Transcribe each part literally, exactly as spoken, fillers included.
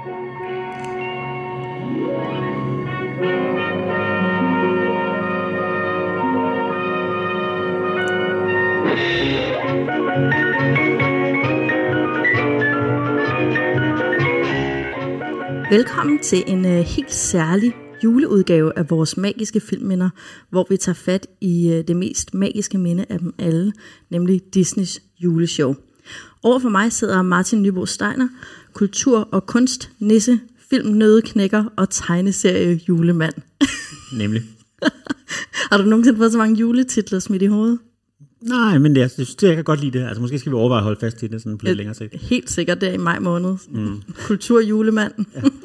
Velkommen til en uh, helt særlig juleudgave af vores magiske filmminder, hvor vi tager fat i uh, det mest magiske minde af dem alle, nemlig Disneys juleshow. Overfor mig sidder Martin Nybo Steiner, kultur- og kunstnisse, filmnødeknækker og tegneserie julemand. Nemlig. Har du nogensinde fået så mange juletitler smidt i hovedet? Nej, men det, det, det, jeg kan godt lide det. Altså, måske skal vi overveje at holde fast i det sådan på lidt længere sigt. Helt sikkert, det er i maj måned. Mm. Kulturjulemand.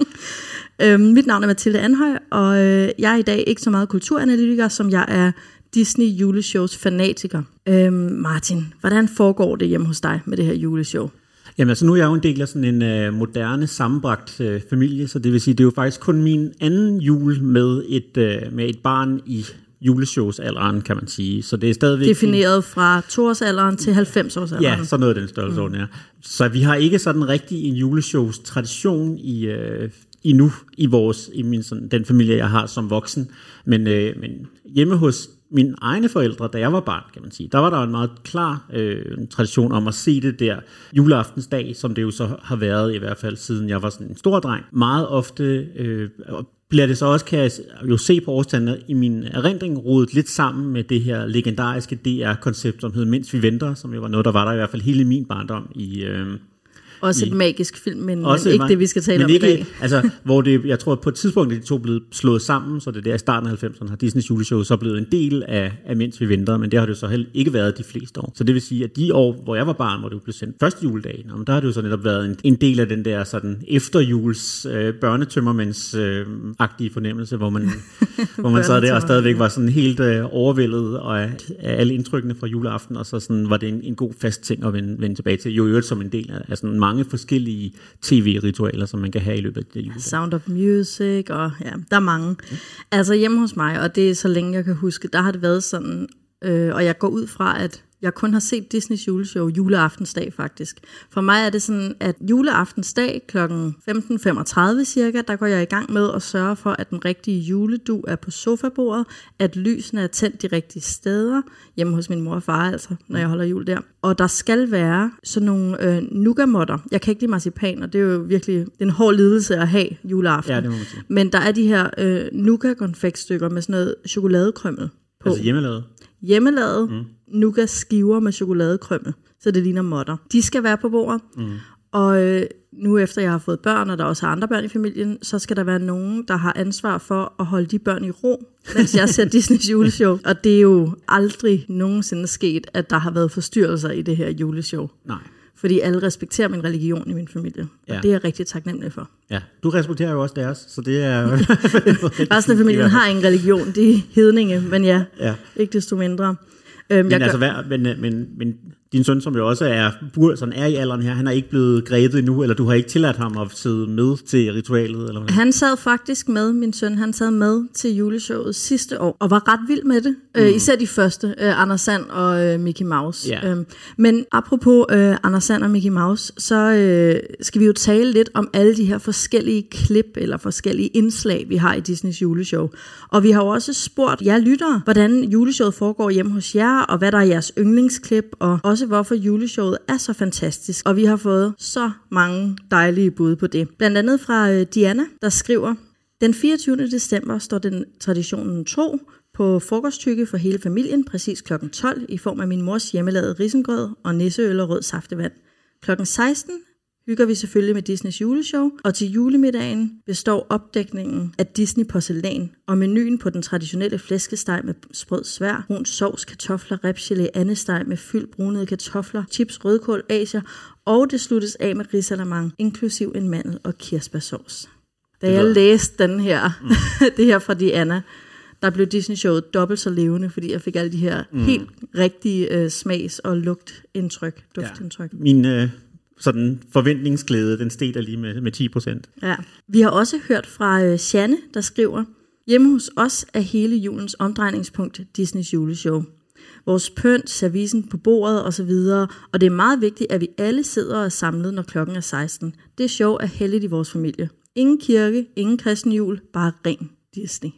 Ja. øhm, mit navn er Mathilde Anhøj, og øh, jeg er i dag ikke så meget kulturanalytiker, som jeg er Disney juleshows fanatiker. Øhm, Martin, hvordan foregår det hjemme hos dig med det her juleshow? Jamen altså, nu er jeg jo en del af sådan en øh, moderne, sammenbragt øh, familie, så det vil sige, det er jo faktisk kun min anden jul med et, øh, med et barn i juleshows-alderen, kan man sige. Så det er stadigvæk defineret fra to-årsalderen til halvfems-årsalderen. Ja, så noget af den størrelse, mm. ja. Så vi har ikke sådan rigtig en juleshows-tradition i, øh, endnu i vores, i min, sådan, den familie, jeg har som voksen. Men, øh, men hjemme hos mine egne forældre, da jeg var barn, kan man sige, der var der en meget klar øh, tradition om at se det der juleaftensdag, som det jo så har været i hvert fald siden jeg var sådan en stor dreng. Meget ofte øh, bliver det så også, kan jeg jo se på årstallene i min erindring, rodet lidt sammen med det her legendariske D R-koncept, som hed Mens vi venter, som jo var noget, der var der i hvert fald hele min barndom i øh, Også et i, magisk film, men, men ikke det, vi skal tale om ikke, i dag. Altså, hvor det, jeg tror, at på et tidspunkt er de to blevet slået sammen, så det der i starten af halvfemserne har Disneys juleshow så blevet en del af, af Mens vi venter, men det har det jo så heller ikke været de fleste år. Så det vil sige, at de år, hvor jeg var barn, hvor det blev sendt første juledag, nå, der har det jo så netop været en, en del af den der sådan efterjules øh, børnetømmermænds-agtige øh, fornemmelse, hvor man, hvor man sad der og stadigvæk var sådan helt øh, overvældet af, af alle indtrykkene fra juleaften, og så sådan, var det en, en god fast ting at vende, vende tilbage til, jo i øvrigt som en del af, af sådan mange forskellige tv-ritualer, som man kan have i løbet af det juledag. Sound of Music, og ja, der er mange. Ja. Altså hjemme hos mig, og det er så længe jeg kan huske, der har det været sådan, øh, og jeg går ud fra, at jeg kun har set Disneys juleshow juleaftensdag faktisk. For mig er det sådan, at juleaftensdag klokken femten femogtredive cirka, der går jeg i gang med at sørge for, at den rigtige juledu er på sofabordet, at lysene er tændt de rigtige steder, hjemme hos min mor og far altså, når jeg holder jul der. Og der skal være sådan nogle øh, nougat-modder. Jeg kan ikke lide marcipan, og det er jo virkelig det er en hård lidelse at have juleaften. Ja, det må man sige. Men der er de her øh, nougat-konfektstykker med sådan noget chokoladekrymmel på. Altså hjemmelavet? Hjemmelavet mm. nougat-skiver med chokoladekrymmel, så det ligner modder. De skal være på bordet, mm. og øh, nu efter jeg har fået børn, og der også har andre børn i familien, så skal der være nogen, der har ansvar for at holde de børn i ro, mens jeg ser Disneys juleshow. Og det er jo aldrig nogensinde sket, at der har været forstyrrelser i det her juleshow. Nej. Fordi alle respekterer min religion i min familie. Ja. Og det er jeg rigtig taknemmelig for. Ja, du respekterer jo også deres, så det er... Resten af familien har ingen religion, de er hedninge, men ja, ja. Ikke desto mindre. Øhm, men, altså, gør... hvad, men, men, men din søn, som jo også er, sådan er i alderen her, han er ikke blevet grebet endnu, eller du har ikke tilladt ham at sidde med til ritualet? Eller hvad? Han sad faktisk med, min søn, han sad med til juleshowet sidste år, og var ret vild med det. Mm. Øh, især de første, øh, Anders Sand og øh, Mickey Mouse. Yeah. Øhm, men apropos øh, Anders Sand og Mickey Mouse, så øh, skal vi jo tale lidt om alle de her forskellige klip, eller forskellige indslag, vi har i Disneys juleshow. Og vi har jo også spurgt jer lyttere, hvordan juleshowet foregår hjemme hos jer, og hvad der er jeres yndlingsklip, og også hvorfor juleshowet er så fantastisk. Og vi har fået så mange dejlige bud på det. Blandt andet fra øh, Diana, der skriver: den fireogtyvende december står den traditionen tro på frokosttykke for hele familien, præcis klokken tolv, i form af min mors hjemmelavede risengrød og nisseøl og rød saftevand. klokken seksten hygger vi selvfølgelig med Disneys juleshow, og til julemiddagen består opdækningen af Disney porcelæn, og menuen på den traditionelle flæskesteg med sprød svær, brun sovs, kartofler, ribsgelé, andesteg med fyldt brunede kartofler, chips, rødkål, asier, og det sluttes af med risalamande, inklusiv en mandel- og kirsebærsauce. Da jeg læste den her, mm. det her fra Diana, der blev Disney-showet dobbelt så levende, fordi jeg fik alle de her mm. helt rigtige øh, smags- og lugtindtryk, duftindtryk. Ja. Min øh, sådan forventningsglæde, den steg der lige med, med ti procent. Ja. Vi har også hørt fra øh, Shanne, der skriver: hjemme hos os er hele julens omdrejningspunkt Disneys juleshow. vores pynt, servicen på bordet osv. Og det er meget vigtigt, at vi alle sidder og er samlet, når klokken er seksten. Det show er heldigt i vores familie. Ingen kirke, ingen kristen jul, bare ren Disney.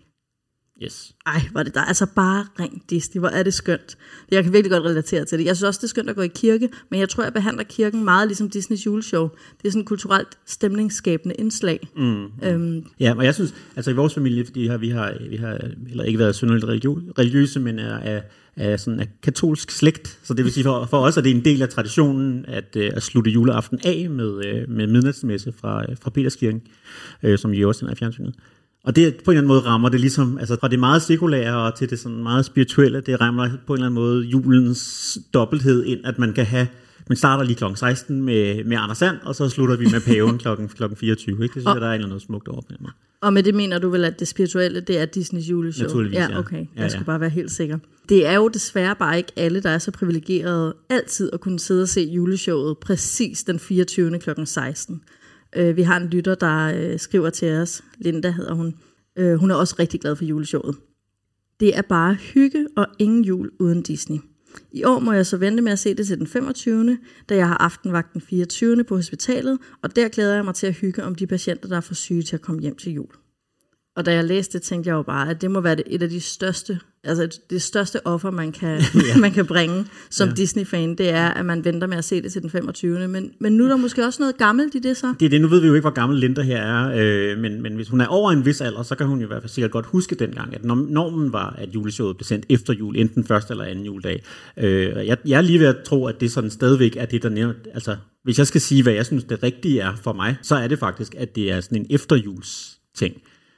Yes. Ej, hvor er det der. Altså bare ren Disney. Hvor er det skønt. Jeg kan virkelig godt relatere til det. Jeg synes også, det er skønt at gå i kirke, men jeg tror, jeg behandler kirken meget ligesom Disneys juleshow. Det er sådan et kulturelt stemningsskabende indslag. Mm. Øhm. Ja, og jeg synes, altså i vores familie, fordi vi har, vi har, vi har heller ikke været synderligt religiøse, men er af, af sådan af katolsk slægt. Så det vil sige, for, for os er det en del af traditionen at, at slutte juleaften af med, med midnatsmesse fra, fra Peterskirken, som jo også er i fjernsynet. Og det på en eller anden måde rammer det ligesom, altså fra det meget sekulære og til det sådan meget spirituelle, det rammer på en eller anden måde julens dobbelthed ind, at man kan have, man starter lige klokken seksten med, med Anders Sand, og så slutter vi med paven klokken, klokken fireogtyve, ikke? Det synes og, jeg, der er en eller noget smukt over på den måde. Og med det mener du vel, at det spirituelle, det er Disneys juleshow? Naturligvis, ja. Okay, ja, jeg skal ja. bare være helt sikker. Det er jo desværre bare ikke alle, der er så privilegerede altid at kunne sidde og se juleshowet præcis den fireogtyvende klokken seksten. Uh, vi har en lytter, der uh, skriver til os, Linda hedder hun, uh, hun er også rigtig glad for juleshowet. Det er bare hygge og ingen jul uden Disney. I år må jeg så vente med at se det til den femogtyvende, da jeg har aftenvagt den fireogtyvende på hospitalet, og der glæder jeg mig til at hygge om de patienter, der er for syge til at komme hjem til jul. Og da jeg læste det, tænkte jeg jo bare, at det må være et af de største, altså det største offer, man kan, ja. man kan bringe som ja. Disney-fan, det er, at man venter med at se det til den femogtyvende. Men, men nu er der måske også noget gammelt i det så? Det er det, nu ved vi jo ikke, hvor gammel Linda her er, øh, men, men hvis hun er over en vis alder, så kan hun jo i hvert fald sikkert godt huske dengang, at normen var, at juleshowet blev sendt efter jul, enten første eller anden juledag. Øh, jeg, jeg er lige ved at tro, at det sådan stadigvæk er det, der nævnt, altså hvis jeg skal sige, hvad jeg synes, det rigtige er for mig, så er det faktisk, at det er sådan en efterjuls ting.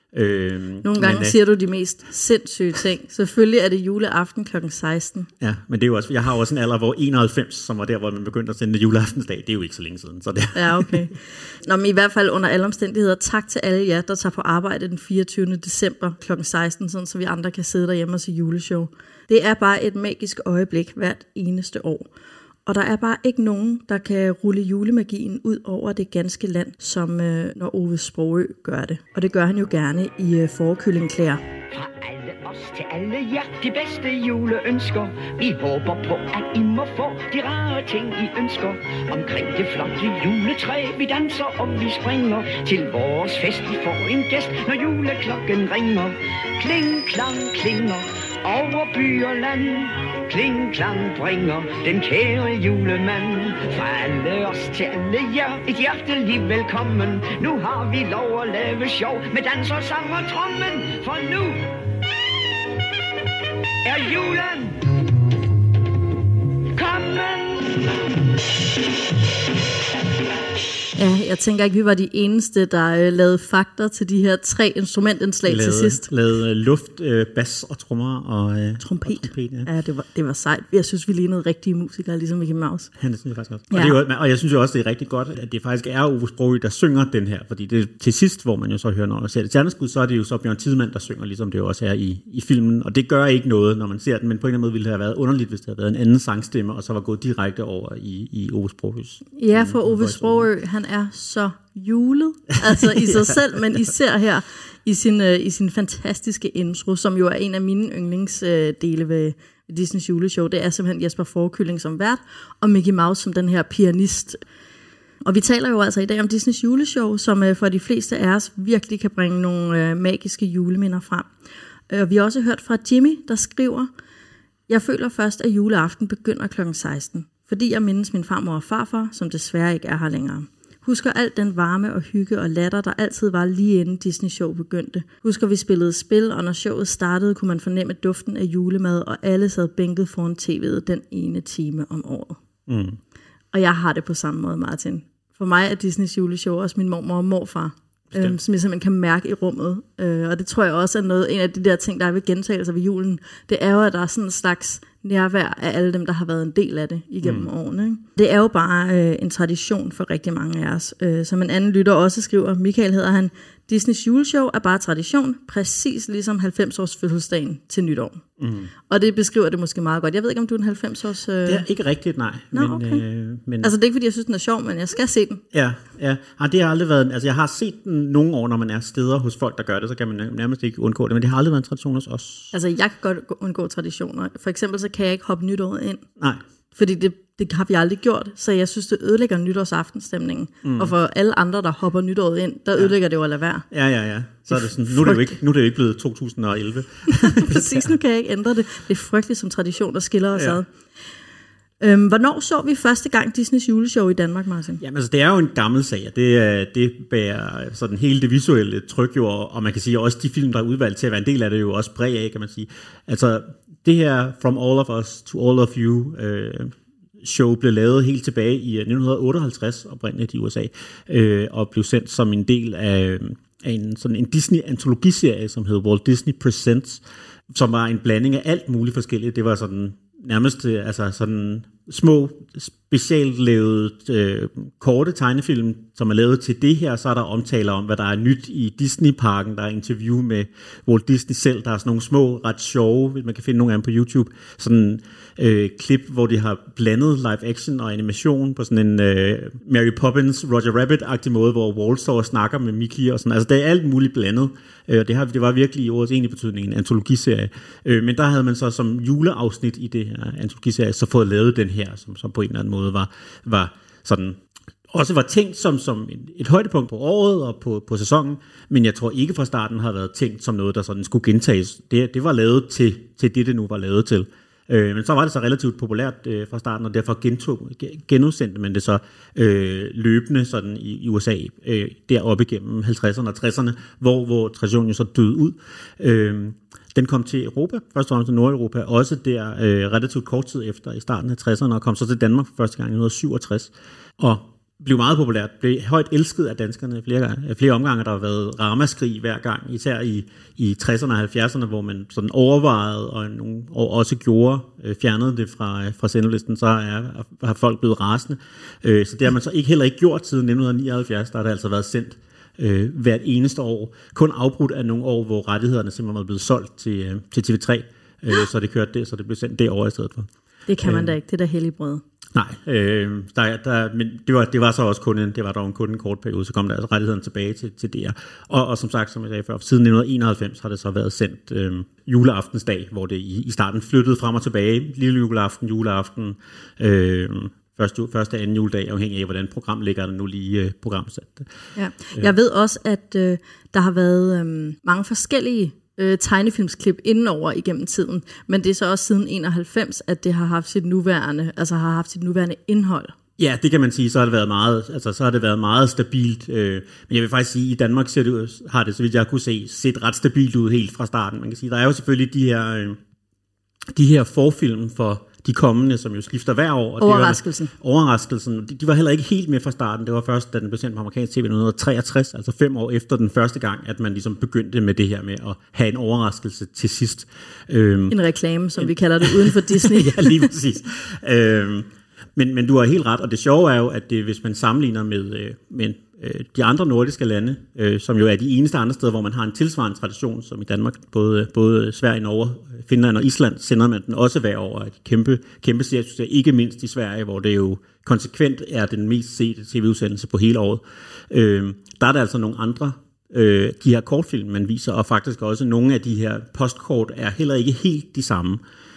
Øhm, Nogle gange men, siger du de mest sindssyge ting. Selvfølgelig er det juleaften klokken seksten. Ja, men det er jo også, jeg har også en alder, hvor enoghalvfems, som var der, hvor man begyndte at sende juleaftensdag, det er jo ikke så længe siden. Så det. Ja, okay. Nå, men i hvert fald under alle omstændigheder, tak til alle jer, der tager på arbejde den fireogtyvende december klokken seksten, sådan så vi andre kan sidde derhjemme og se juleshow. Det er bare et magisk øjeblik hvert eneste år. Og der er bare ikke nogen, der kan rulle julemagien ud over det ganske land, som øh, når Ove Sprogøe gør det. Og det gør han jo gerne i øh, Fårekyllingeklæder. Fra alle os til alle jer, de bedste juleønsker. Vi håber på, at I må få de rare ting, I ønsker. Omkring det flotte juletræ, vi danser og vi springer. Til vores fest, vi får en gæst, når juleklokken ringer. Kling, klang, klinger. Over by og land, kling, klang bringer den kære julemand. Fra alle os til alle jer, et hjertelig velkommen. Nu har vi lov at lave sjov med dans og sang og trommen. For nu er julen kommet. Ja, jeg tænker ikke, vi var de eneste, der øh, lavede fakter til de her tre instrumentindslag lavede, til sidst. Lavede luft, øh, bas og trommer og, øh, trompet. Og trompet ja, ja det, var, det var sejt. Jeg synes, vi lignede rigtige musikere, ligesom Mickey Mouse. Ja, det synes jeg faktisk også. Ja. Og, det er jo, og jeg synes jo også, det er rigtig godt, at det faktisk er Ove Sprogøe, der synger den her. Fordi det til sidst, hvor man jo så hører, når man ser det stjerneskud, så er det jo så Bjørn Tidemand, der synger, ligesom det jo også er i, i filmen. Og det gør ikke noget, når man ser den, men på en eller anden måde ville det have været underligt, hvis det havde været en anden sangstemme, og så var gået direkte over i, i Ove Sprogøes. Ja, for Ove Sprogøe, han er så julet, altså i sig selv, men især her i sin, uh, i sin fantastiske intro, som jo er en af mine yndlingsdele uh, ved Disneys juleshow. Det er simpelthen Jesper Fårekylling som vært, og Mickey Mouse som den her pianist. Og vi taler jo altså i dag om Disneys juleshow, som uh, for de fleste af os virkelig kan bringe nogle uh, magiske juleminder frem. Og uh, vi har også hørt fra Jimmy, der skriver: Jeg føler først, at juleaften begynder klokken seksten, fordi jeg mindes min farmor og farfar, som desværre ikke er her længere. Husker alt den varme og hygge og latter, der altid var lige inden Disney Show begyndte. Husker vi spillede spil, og når showet startede, kunne man fornemme duften af julemad, og alle sad bænket foran tv'et den ene time om året. Mm. Og jeg har det på samme måde, Martin. For mig er Disneys juleshow også min mormor og morfar, øhm, som jeg simpelthen kan mærke i rummet. Øh, og det tror jeg også er noget, en af de der ting, der er ved gentagelser ved julen. Det er jo, at der er sådan en slags nærvær af alle dem, der har været en del af det igennem mm. årene. Ikke? Det er jo bare øh, en tradition for rigtig mange af os. Øh, som en anden lytter også skriver, Michael hedder han, Disneys juleshow er bare tradition, præcis ligesom halvfems-års fødselsdagen til nytår. Mm. Og det beskriver det måske meget godt. Jeg ved ikke, om du er en halvfems-års... Øh... Det er ikke rigtigt, nej. Nå, men, okay. øh, men... Altså, det er ikke, fordi jeg synes, den er sjov, men jeg skal se den. Ja, ja. ja det har aldrig været... Altså, jeg har set den nogle år, når man er steder hos folk, der gør det, så kan man nærmest ikke undgå det, men det har aldrig været en tradition hos os. Altså, jeg kan godt undgå traditioner. For eksempel, så kan jeg ikke hoppe nytåret ind. Nej. Fordi det, det har vi aldrig gjort, så jeg synes, det ødelægger nytårsaftenstemningen. Mm. Og for alle andre, der hopper nytåret ind, der ja. ødelægger det jo at lade være. Ja, ja, ja. Så er det sådan, nu er det jo ikke, nu er det jo ikke blevet to tusind og elleve. Præcis, nu kan jeg ikke ændre det. Det er frygteligt som tradition, der skiller os ja. ad. Øhm, hvornår så vi første gang Disneys juleshow i Danmark, Martin? Jamen altså, det er jo en gammel sag. Det, det bærer sådan hele det visuelle tryk jo, og man kan sige også de film, der er udvalgt til at være en del af det, jo også præg af, kan man sige. Altså, det her From All of Us to All of You øh, show blev lavet helt tilbage i nitten otteoghalvtreds, oprindeligt i U S A, øh, og blev sendt som en del af, af en, sådan en Disney-antologiserie, som hed Walt Disney Presents, som var en blanding af alt muligt forskelligt. Det var sådan nærmest altså sådan små specielt lavede øh, korte tegnefilm, som er lavet til det her. Så er der omtaler om, hvad der er nyt i Disney-parken. Der er interview med Walt Disney selv. Der er sådan nogle små, ret sjove, man kan finde nogle af dem på YouTube, sådan øh, klip, hvor de har blandet live action og animation på sådan en øh, Mary Poppins, Roger Rabbit-agtig måde, hvor Walt står og snakker med Mickey og sådan. Altså, det er alt muligt blandet. Øh, det, har, det var virkelig i ordets egentlige betydning en antologiserie. Øh, men der havde man så som juleafsnit i det her antologiserie så fået lavet den her, som, som på en eller anden måde var, var sådan, også var tænkt som, som et højdepunkt på året og på, på sæsonen, men jeg tror ikke fra starten har været tænkt som noget, der sådan skulle gentages. Det, det var lavet til, til det, det nu var lavet til. Øh, men så var det så relativt populært øh, fra starten, og derfor gentog, genudsendte man det så øh, løbende sådan i, i U S A, øh, deroppe igennem halvtredserne og tresserne, hvor, hvor traditionen jo så døde ud. Øh, Den kom til Europa, først og fremmest til Nordeuropa, også der øh, relativt kort tid efter i starten af tresserne, og kom så til Danmark for første gang i nitten syvogtres. Og blev meget populært, blev højt elsket af danskerne flere, gange, flere omgange. Der har været ramaskrig hver gang, især i, i tresserne og halvfjerdserne, hvor man sådan overvejede og, nogle, og også gjorde, øh, fjernede det fra, fra sendelisten, så er, har folk blevet rasende. Øh, så det har man så ikke, heller ikke gjort siden nitten nioghalvfjerds, der har det altså været sendt Øh, hvert eneste år. Kun afbrudt af nogle år, hvor rettighederne simpelthen var blevet solgt til, øh, til T V tre, øh, så det kørte det, så det blev sendt det år i stedet for. Det kan man øh, da ikke, det der hellige brød. Nej, øh, der, der, men det var, det var så også kun en, det var dog kun en kort periode, så kom der altså rettighederne tilbage til, til D R. Og, og som sagt, som jeg sagde før, siden nitten enoghalvfems har det så været sendt øh, juleaftensdag, hvor det i, i starten flyttede frem og tilbage, lille juleaften, juleaften, øh, Første, første anden juledag, afhængig af, hvordan program ligger der nu lige uh, programsat. Ja. Jeg ved også, at øh, der har været øh, mange forskellige øh, tegnefilmsklip indenover igennem tiden, men det er så også siden enoghalvfems, at det har haft sit nuværende, altså har haft sit nuværende indhold. Ja, det kan man sige, så har det været meget, altså så har det været meget stabilt. Øh, men jeg vil faktisk sige, at i Danmark ser det, har det, så vidt jeg kunne se, set ret stabilt ud helt fra starten. Man kan sige, der er jo selvfølgelig de her, øh, de her forfilm for de kommende, som jo skifter hver år. Og Overraskelsen. Det var, overraskelsen. De, de var heller ikke helt med fra starten. Det var først, da den blev sendt på amerikansk T V i nitten treogtres, altså fem år efter den første gang, at man ligesom begyndte med det her med at have en overraskelse til sidst. Øhm, en reklame, som en, vi kalder det, uden for Disney. Ja, lige præcis. øhm, men, men du har helt ret, og det sjove er jo, at det, hvis man sammenligner med, øh, med øh, de andre nordiske lande, øh, som jo er de eneste andre steder, hvor man har en tilsvarende tradition, som i Danmark, både, både Sverige, Norge, Finland og Island, sender man den også hver år. Et kæmpe, kæmpe seriesucces, ikke mindst i Sverige, hvor det jo konsekvent er den mest sete tv-udsendelse på hele året. Øh, der er der altså nogle andre, øh, de her kortfilm, man viser, og faktisk også nogle af de her postkort er heller ikke helt de samme.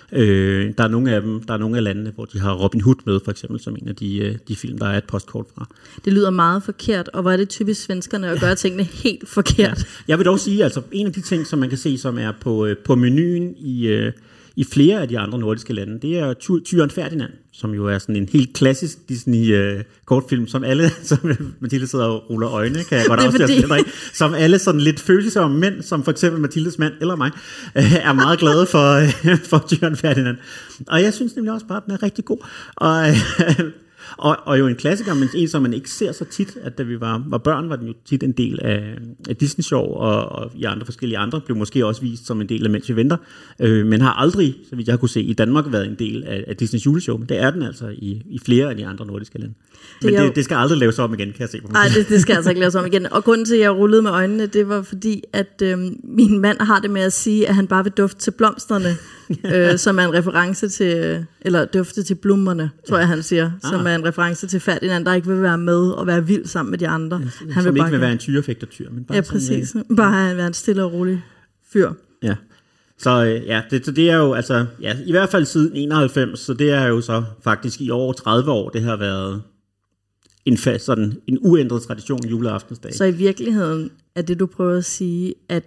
Øh, der er nogle af dem, der er nogle af landene, hvor de har Robin Hood med, for eksempel, som en af de, de film, der er et postkort fra. Det lyder meget forkert, og hvor er det typisk svenskerne at gøre tingene helt forkert. Ja. Jeg vil dog sige, altså en af de ting, som man kan se, som er på, på menuen i, i flere af de andre nordiske lande, det er Tyren Ferdinand, som jo er sådan en helt klassisk Disney-kortfilm, som alle, som Mathilde sidder og ruller øjne, kan jeg godt afsløre, fordi... som alle sådan lidt følsomme mænd, som for eksempel Mathildes mand eller mig, er meget glade for, for Tyren Ferdinand. Og jeg synes nemlig også bare, at den er rigtig god. Og, Og, og jo en klassiker, men en, som man ikke ser så tit, at da vi var, var børn, var den jo tit en del af, af Disney-show, og, og i andre forskellige andre blev måske også vist som en del af Mens vi venter, øh, men har aldrig, så vidt jeg kunne se, i Danmark været en del af, af Disneys juleshow, men det er den altså i, i flere af de andre nordiske lande. Men det, det, det skal aldrig laves om igen, kan jeg se på mig. Nej, det, det skal altså ikke laves om igen. Og grunden til, at jeg rullede med øjnene, det var fordi, at øh, min mand har det med at sige, at han bare vil dufte til blomsterne, øh, som er en reference til, eller dufte til blommerne, tror jeg, han siger, ah. som er en reference til Ferdinand, der ikke vil være med og være vild sammen med de andre. Ja, han som vil ikke vil være en tyrefægtertyr, men bare ja, præcis. Sådan, ja. Bare være en stille og rolig fyr. Ja. Så øh, ja, det, det er jo altså, ja, i hvert fald siden enoghalvfems, så det er jo så faktisk i over tredive år, det har været en, fast, sådan, en uændret tradition juleaftensdag. Så i virkeligheden er det, du prøver at sige, at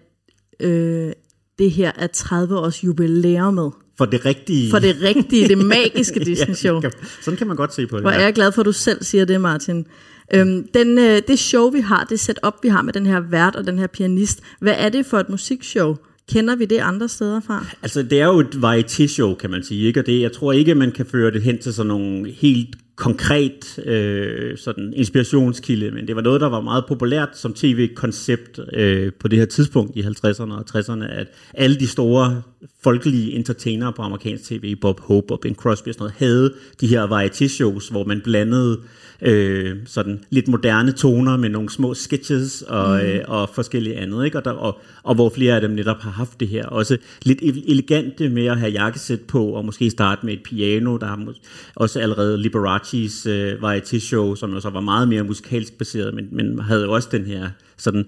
øh, det her er tredive års jubilæumet. For det rigtige. For det rigtige, det magiske Disney-show. Ja, sådan kan man godt se på det. Hvor er jeg glad for, at du selv siger det, Martin. Øhm, den, øh, det show, vi har, det setup, vi har med den her vært og den her pianist, hvad er det for et musikshow? Kender vi det andre steder fra? Altså, det er jo et varieté-show, kan man sige, ikke? Og det, jeg tror ikke, man kan føre det hen til sådan nogle helt konkret øh, sådan inspirationskilde, men det var noget, der var meget populært som tv-koncept øh, på det her tidspunkt i halvtredserne og tresserne, at alle de store folkelige entertainere på amerikansk tv, Bob Hope og Ben Crosby og sådan noget, havde de her varieté-shows, hvor man blandede øh, sådan lidt moderne toner med nogle små sketches og, mm. øh, og forskellige andet, ikke? Og, der, og, og hvor flere af dem netop har haft det her. Også lidt elegante med at have jakkesæt på, og måske starte med et piano, der har også allerede Liberace's øh, varieté-show, som jo så var meget mere musikalsk baseret, men, men havde jo også den her sådan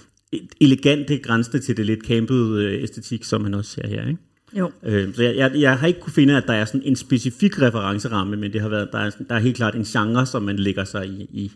elegante grænse til det lidt campede øh, æstetik, som man også ser her, ikke? Jo. Øh, så jeg, jeg, jeg har ikke kunne finde, at der er sådan en specifik referenceramme, men det har været, der, er, der er helt klart en genre, som man lægger sig i, i,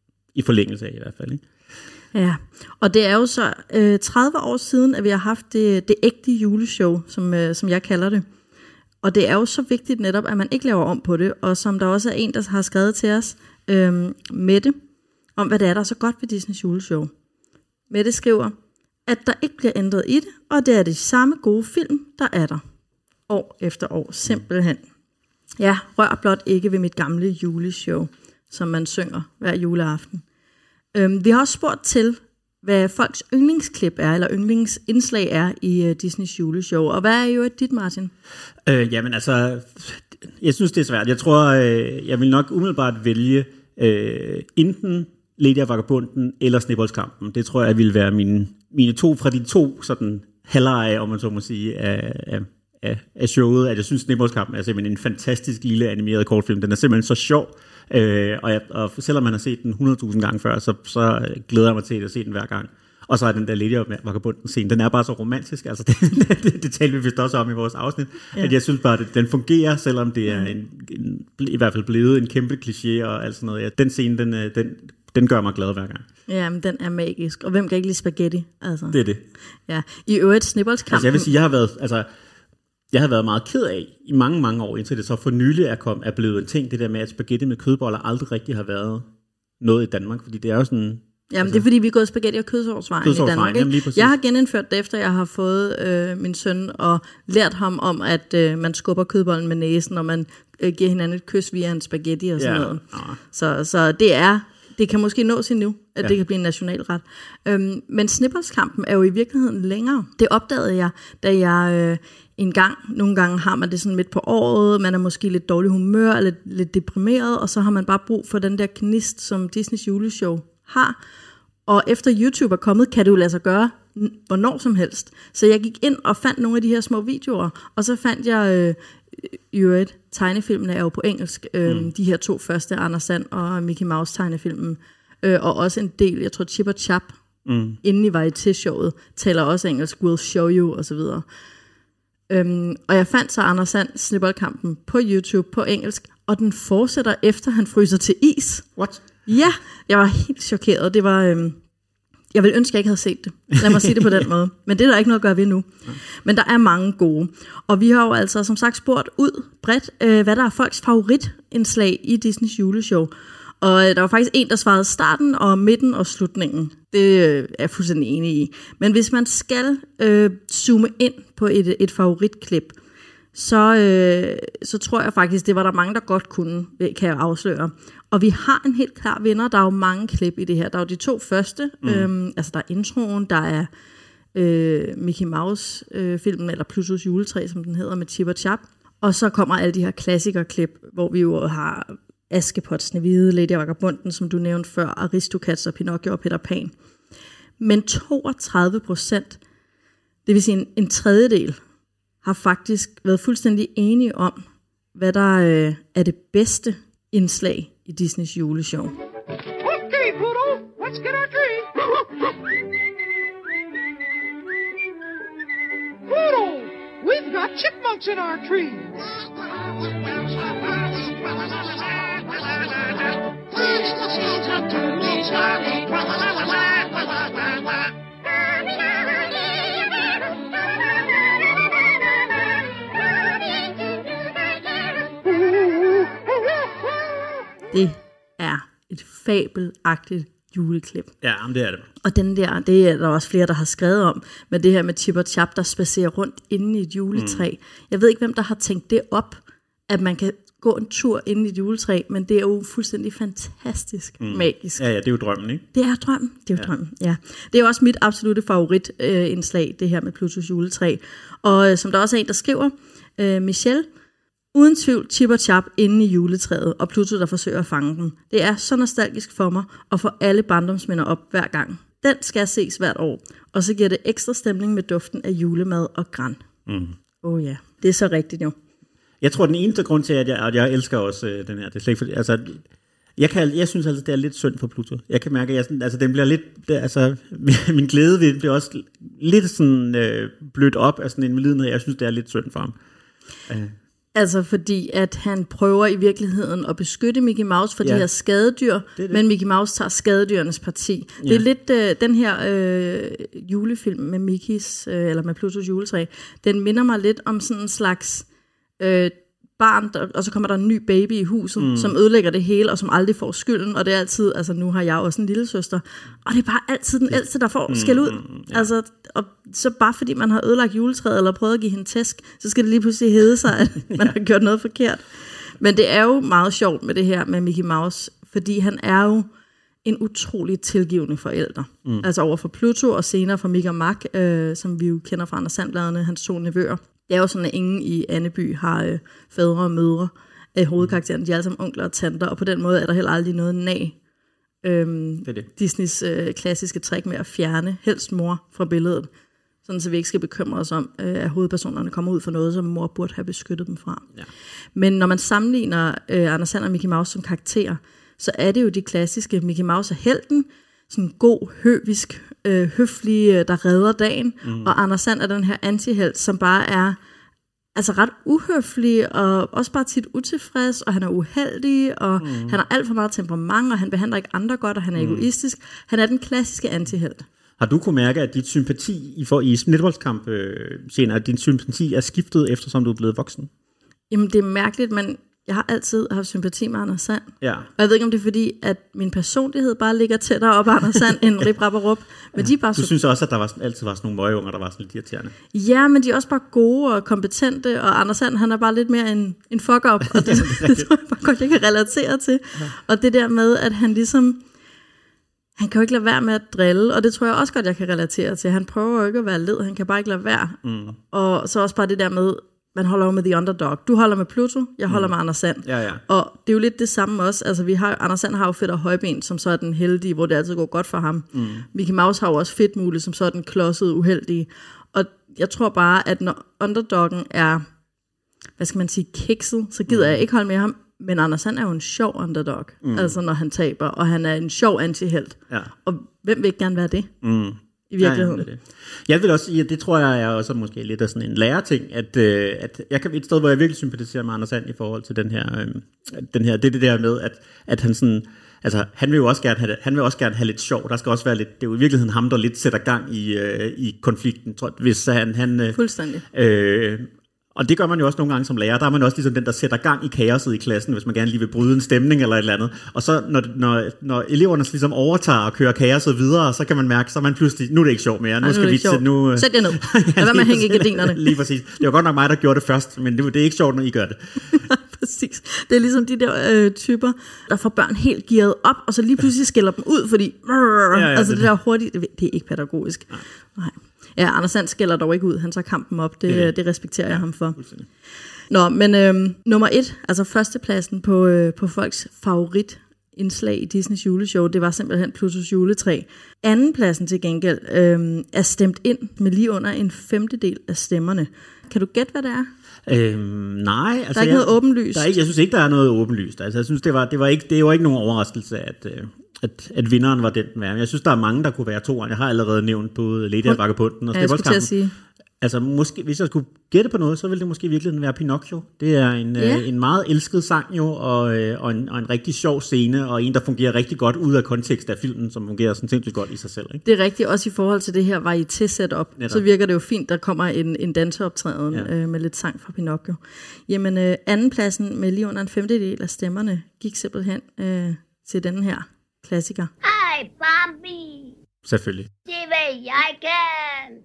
i forlængelse af i hvert fald, ikke? Ja, og det er jo så øh, tredive år siden, at vi har haft det, det ægte juleshow, som, øh, som jeg kalder det. Og det er jo så vigtigt netop, at man ikke laver om på det, og som der også er en, der har skrevet til os, øh, Mette, om hvad det er, der er så godt ved Disneys juleshow. Mette skriver, at der ikke bliver ændret i det, og det er de samme gode film, der er der. År efter år, simpelthen. Ja, rør blot ikke ved mit gamle juleshow, som man synger hver juleaften. Øhm, vi har også spurgt til, hvad folks yndlingsklip er, eller yndlingsindslag er i uh, Disneys juleshow. Og hvad er jo et dit, Martin? Øh, jamen altså, jeg synes, det er svært. Jeg tror, øh, jeg vil nok umiddelbart vælge øh, enten Lady og Vagabunden eller Snebollskampen. Det tror jeg ville være mine, mine to fra de to sådan halvleje, om man så må sige, af, af, af, af showet. At jeg synes, Snebollskampen er simpelthen en fantastisk lille animeret kortfilm. Den er simpelthen så sjov. Øh, og, jeg, og selvom man har set den hundrede tusind gange før, så, så glæder jeg mig til at se den hver gang. Og så er den der Lady og Vagabunden scene, den er bare så romantisk, altså det, det, det talte vi vist også om i vores afsnit, ja. At jeg synes bare, at den fungerer, selvom det er en, en, i hvert fald blevet en kæmpe kliché og alt sådan noget. Ja, den scene, den, den, den gør mig glad hver gang. Ja, men den er magisk, og hvem kan ikke lide spaghetti? Altså. Det er det. Ja, i øvrigt Snebollskampen. Altså jeg vil sige, jeg har været, altså jeg har været meget ked af i mange, mange år, indtil det så for nylig er, kom, er blevet en ting, det der med, at spaghetti med kødboller aldrig rigtig har været noget i Danmark, fordi det er jo sådan... Jamen altså, det er fordi, vi er gået spaghetti og kødsovsvejen i Danmark. Ikke? Jeg har genindført det, efter jeg har fået øh, min søn og lært ham om, at øh, man skubber kødbollen med næsen, og man øh, giver hinanden et kys via en spaghetti og sådan ja. noget. Ja. Så, så det er... Det kan måske nås endnu, at ja. det kan blive en nationalret. Øhm, men Snebollskampen er jo i virkeligheden længere. Det opdagede jeg, da jeg øh, en gang, nogle gange har man det sådan midt på året, man er måske lidt dårlig humør, eller lidt, lidt deprimeret, og så har man bare brug for den der gnist, som Disneys juleshow har. Og efter YouTube er kommet, kan det jo lade sig gøre hvornår som helst. Så jeg gik ind og fandt nogle af de her små videoer, og så fandt jeg... Øh, i øvrigt, tegnefilmene er jo på engelsk, øh, mm. de her to første, Anders Sand og Mickey Mouse tegnefilmen, øh, og også en del, jeg tror Chip og Chap, mm. inden I var i til-showet, taler også engelsk, Will Show You, og så videre. Øhm, og jeg fandt så Anders Sand Snebollkampen på YouTube på engelsk, og den fortsætter efter han fryser til is. What? Ja, jeg var helt chokeret. Det var... Øh, Jeg ville ønske, at jeg ikke havde set det. Lad mig sige det på den måde. Men det er der ikke noget at gøre ved nu. Men der er mange gode. Og vi har jo altså som sagt spurgt ud bredt, øh, hvad der er folks favoritindslag i Disneys juleshow. Og øh, der var faktisk en, der svarede starten og midten og slutningen. Det øh, er jeg fuldstændig enig i. Men hvis man skal øh, zoome ind på et, et favoritklip, så, øh, så tror jeg faktisk, det var der mange, der godt kunne, kan jeg afsløre. Og vi har en helt klar vinder. Der er jo mange klip i det her. Der er jo de to første. Mm. Øhm, altså, der er introen, der er øh, Mickey Mouse-filmen, øh, eller Plutos juletræ, som den hedder, med Chip og Chap. Og så kommer alle de her klassikerklip, hvor vi jo har Askepot, Snehvide, Lady og Vagabunden, som du nævnte før, Aristocats og Pinocchio og Peter Pan. Men toogtredive procent, det vil sige en, en tredjedel, har faktisk været fuldstændig enige om, hvad der øh, er det bedste indslag i Disneys juleshow. Okay, Pluto, let's get our tree. Pluto, we've got chipmunks in our tree. Det er et fabelagtigt juleklip. Ja, men det er det. Og den der, det er der også flere, der har skrevet om, med det her med Chip og Chap, der spacerer rundt inde i et juletræ. Mm. Jeg ved ikke, hvem der har tænkt det op, at man kan gå en tur inde i et juletræ, men det er jo fuldstændig fantastisk mm. magisk. Ja, ja, det er jo drømmen, ikke? Det er drømmen, det er jo ja. drømmen, ja. Det er jo også mit absolutte favoritindslag, øh, det her med Plutos juletræ. Og øh, som der også er en, der skriver, øh, Michelle, uden tvivl Chip og Chap inde i juletræet, og Pluto, der forsøger at fange dem. Det er så nostalgisk for mig, og får alle barndomsminder op hver gang. Den skal ses hvert år, og så giver det ekstra stemning med duften af julemad og gran. Åh mm. oh, ja, det er så rigtigt jo. Jeg tror, den eneste grund til, at jeg, at jeg elsker også øh, den her, det er slet ikke, altså, jeg, kan, jeg synes altså, det er lidt synd for Pluto. Jeg kan mærke, at jeg, altså, den bliver lidt, det, altså, min glæde ved den bliver også lidt sådan øh, blødt op af sådan en medlidenhed. Jeg synes, det er lidt synd for ham. Øh. Altså fordi, at han prøver i virkeligheden at beskytte Mickey Mouse for ja. de her skadedyr, det det. Men Mickey Mouse tager skadedyrenes parti. Ja. Det er lidt øh, den her øh, julefilm med Mickeys, øh, eller med Plutos juletræ, den minder mig lidt om sådan en slags øh, barn, der, og så kommer der en ny baby i huset, mm. som ødelægger det hele, og som aldrig får skylden, og det er altid, altså nu har jeg også en lille søster, og det er bare altid den ældste, der får mm. skæld ud. Mm. Ja. Altså, og så bare fordi man har ødelagt juletræet, eller prøvet at give hende tæsk, så skal det lige pludselig hedde sig, at man ja. har gjort noget forkert. Men det er jo meget sjovt med det her med Mickey Mouse, fordi han er jo en utrolig tilgivende forælder. Mm. Altså over for Pluto, og senere for Mick og Mack, øh, som vi jo kender fra Anders Sand-bladene, hans to nevøer. Det er jo sådan, at ingen i Anneby har øh, fædre og mødre af hovedkarakteren. De er alle sammen onkler og tanter, og på den måde er der heller aldrig noget nag. Øhm, det det. Disneys øh, klassiske trick med at fjerne helst mor fra billedet, sådan så vi ikke skal bekymre os om, øh, at hovedpersonerne kommer ud for noget, som mor burde have beskyttet dem fra. Ja. Men når man sammenligner øh, Anders Sand og Mickey Mouse som karakterer, så er det jo de klassiske. Mickey Mouse er helten, sådan god, høvisk, øh, høflig, øh, der redder dagen, mm. og Anders Sand er den her antihelt, som bare er altså ret uhøflig, og også bare tit utilfreds, og han er uheldig, og mm. han har alt for meget temperament, og han behandler ikke andre godt, og han er mm. egoistisk. Han er den klassiske antihelt. Har du kunnet mærke, at dit sympati i, for, i netvoldskamp øh, senere, at din sympati er skiftet, eftersom du er blevet voksen? Jamen, det er mærkeligt, men jeg har altid haft sympati med Anders Sand. Ja. Og jeg ved ikke, om det er fordi, at min personlighed bare ligger tættere op af Anders Sand end Rip, Rap og Rup. Men ja. de er bare du så... synes også, at der var, altid var sådan nogle møgeunger, der var sådan lidt irriterende? Ja, men de er også bare gode og kompetente, og Anders Sand, han er bare lidt mere en, en fuck-up, og det, ja, det, det tror jeg bare godt, jeg kan relatere til. Ja. Og det der med, at han ligesom... Han kan jo ikke lade være med at drille, og det tror jeg også godt, jeg kan relatere til. Han prøver jo ikke at være led, han kan bare ikke lade være. Mm. Og så også bare det der med, man holder jo med the underdog. Du holder med Pluto, jeg holder mm. med Anders Sand. Ja, ja. Og det er jo lidt det samme også. Altså, vi har, Anders Sand har jo Fedt og Højben, som så er den heldige, hvor det altid går godt for ham. Mm. Mickey Mouse har jo også Fedtmule, som så er den klodsede uheldige. Og jeg tror bare, at når underdoggen er, hvad skal man sige, kikset, så gider mm. jeg ikke holde med ham. Men Anders Sand er jo en sjov underdog, mm. altså når han taber, og han er en sjov antihelt. Ja. Og hvem vil ikke gerne være det? Mm. I virkeligheden. Ja, ja, det. Jeg vil også sige, at det tror jeg er også måske lidt af sådan en lærerting, at, øh, at jeg kan et sted, hvor jeg virkelig sympatiserer med Anders Sand i forhold til den her, øh, den her det, det der med, at, at han sådan, altså han vil jo også gerne have, han vil også gerne have lidt sjov. Der skal også være lidt, det er jo i virkeligheden ham, der lidt sætter gang i, øh, i konflikten, tror jeg, hvis han, han fuldstændig. Øh, Og det gør man jo også nogle gange som lærer. Der er man også ligesom den, der sætter gang i kaoset i klassen, hvis man gerne lige vil bryde en stemning eller et eller andet. Og så når, når, når eleverne ligesom overtager og kører kaoset videre, så kan man mærke, så er man pludselig, nu er det ikke sjovt mere. Nu, Ej, nu skal vi til nu. Sæt jer ned. Lad være med at hænge i gardinerne. Lige præcis. Det var godt nok mig, der gjorde det først, men det, det er ikke sjovt, når I gør det. Præcis. Det er ligesom de der øh, typer, der får børn helt gearet op, og så lige pludselig skælder dem ud, fordi ja, ja, altså det, det der hurtigt, det, det er ikke pædagogisk. Nej. Nej. Ja, Anders Sand skælder dog ikke ud, han tager kampen op, det, det, det respekterer ja, jeg ham for. Nå, men øh, nummer et, altså førstepladsen på, øh, på folks favorit indslag i Disneys juleshow, det var simpelthen Plutos juletræ. Andenpladsen til gengæld øh, er stemt ind med lige under en femtedel af stemmerne. Kan du gætte, hvad det er? Øhm, nej. Altså, der er ikke jeg, noget åbenlyst. Der er ikke, jeg synes ikke, der er noget åbenlyst. Altså, jeg synes, det var, det var ikke, det var ikke nogen overraskelse, at, at, at vinderen var den, den var. Jeg synes, der er mange, der kunne være to. Jeg har allerede nævnt både Lady og Vagabunden og ja, Sneboldkampen. Altså, måske, hvis jeg skulle gætte på noget, så ville det måske i virkeligheden være Pinocchio. Det er en, ja. øh, en meget elsket sang jo, og, øh, og, en, og en rigtig sjov scene, og en, der fungerer rigtig godt ud af kontekst af filmen, som fungerer sådan sindssygt godt i sig selv. Ikke? Det er rigtigt, også i forhold til det her varieté-setup, så virker det jo fint, der kommer en, en danseoptræden ja. øh, med lidt sang fra Pinocchio. Jamen, øh, andenpladsen med lige under en femtedel af stemmerne gik simpelthen øh, til den her klassiker. Hej, Bambi! Selvfølgelig. Det vil jeg gerne!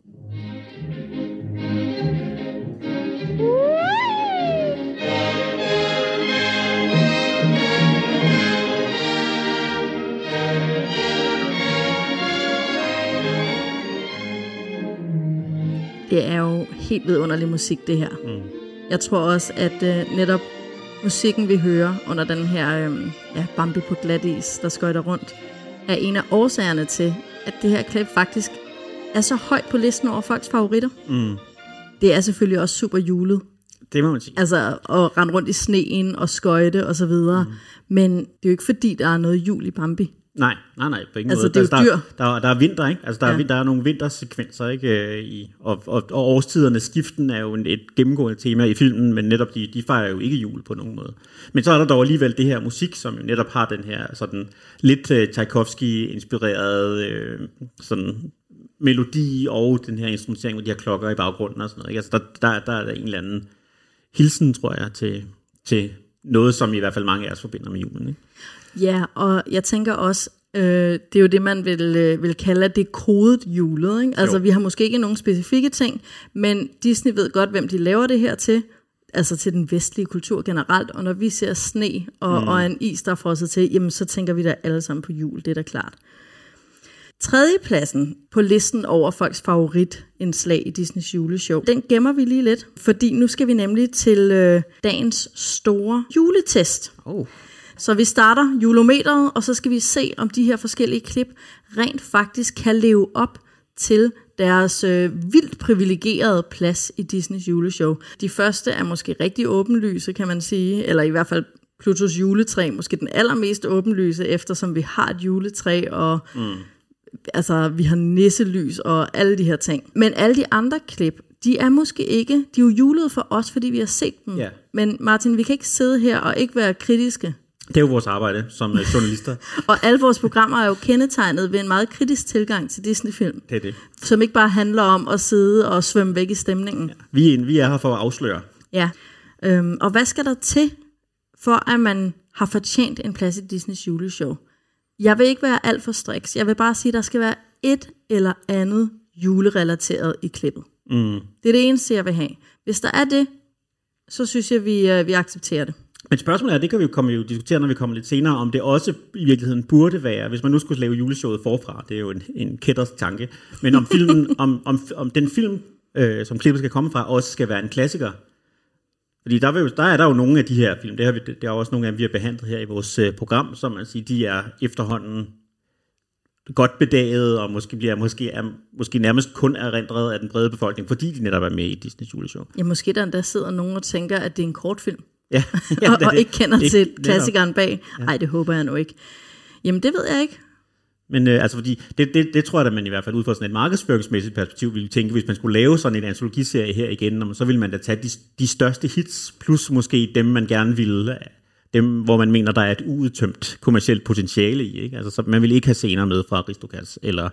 Det er jo helt vidunderlig musik, det her. Mm. Jeg tror også, at øh, netop musikken, vi hører under den her øh, ja, Bambi på glatis, der skøjter rundt, er en af årsagerne til, at det her klip faktisk er så højt på listen over folks favoritter. Mm. Det er selvfølgelig også super julet. Det må man sige. Altså at rende rundt i sneen og skøjte og så videre. Mm. Men det er jo ikke fordi, der er noget jul i Bambi. Nej, nej, nej, på ingen altså, måde. Det er jo der, der, der, der er vinter, ikke? Altså, der, ja. er, der er nogle vintersekvenser, ikke? I, og, og, og årstidernes skiften er jo et gennemgående tema i filmen, men netop de, de fejrer jo ikke jul på nogen måde. Men så er der dog alligevel det her musik, som jo netop har den her sådan lidt uh, Tchaikovsky-inspirerede uh, sådan melodi og den her instrumentering med de her klokker i baggrunden og sådan noget. Ikke? Altså, der, der, der er der en eller anden hilsen, tror jeg, til, til noget, som i hvert fald mange af os forbinder med julen, ikke? Ja, og jeg tænker også, øh, det er jo det, man vil, øh, vil kalde det kodet julet. Ikke? Altså, jo. Vi har måske ikke nogen specifikke ting, men Disney ved godt, hvem de laver det her til. Altså til den vestlige kultur generelt. Og når vi ser sne og, mm. og en is, der er frosset til, jamen så tænker vi da alle sammen på jul, det er da klart. Tredjepladsen på listen over folks favoritindslag i Disneys juleshow, den gemmer vi lige lidt, fordi nu skal vi nemlig til øh, dagens store juletest. Oh. Så vi starter julometeret, og så skal vi se, om de her forskellige klip rent faktisk kan leve op til deres øh, vildt privilegerede plads i Disneys juleshow. De første er måske rigtig åbenlyse, kan man sige, eller i hvert fald Plutos juletræ, måske den allermest åbenlyse, eftersom vi har et juletræ, og mm. altså, vi har nisselys og alle de her ting. Men alle de andre klip, de er måske ikke, de er jo julede for os, fordi vi har set dem. Yeah. Men Martin, vi kan ikke sidde her og ikke være kritiske. Det er jo vores arbejde som journalister. Og alle vores programmer er jo kendetegnet ved en meget kritisk tilgang til Disney-film. Det er det. Som ikke bare handler om at sidde og svømme væk i stemningen. Ja. Vi, er, vi er her for at afsløre. Ja. Øhm, og hvad skal der til, for at man har fortjent en plads i Disneys juleshow? Jeg vil ikke være alt for striks. Jeg vil bare sige, at der skal være et eller andet julerelateret i klippet. Mm. Det er det eneste, jeg vil have. Hvis der er det, så synes jeg, vi, vi accepterer det. Men spørgsmålet er, det kan vi jo komme jo diskutere, når vi kommer lidt senere, om det også i virkeligheden burde være, hvis man nu skulle lave juleshowet forfra, det er jo en, en kætters tanke, men om, filmen, om, om, om den film, øh, som klippet skal komme fra, også skal være en klassiker. Fordi der, vil jo, der er der jo nogle af de her film, det, har vi, det er også nogle af dem, vi har behandlet her i vores øh, program, som man siger, de er efterhånden godt bedaget, og måske bliver måske, er, måske nærmest kun erindret af den brede befolkning, fordi de netop er med i Disneys juleshow. Ja, måske der endda sidder nogen og tænker, at det er en kortfilm. Ja, ja, og, og ikke kender det, til klassikeren bag. Nej, ja. Det håber jeg nu ikke. Jamen, det ved jeg ikke. Men øh, altså, fordi det, det, det tror jeg, at man i hvert fald ud fra sådan et markedsføringsmæssigt perspektiv ville tænke, hvis man skulle lave sådan en antologiserie her igen, så ville man da tage de, de største hits, plus måske dem, man gerne ville, dem, hvor man mener, der er et uudtømt kommercielt potentiale i. Ikke? Altså, så man vil ikke have scener med fra Aristocats, eller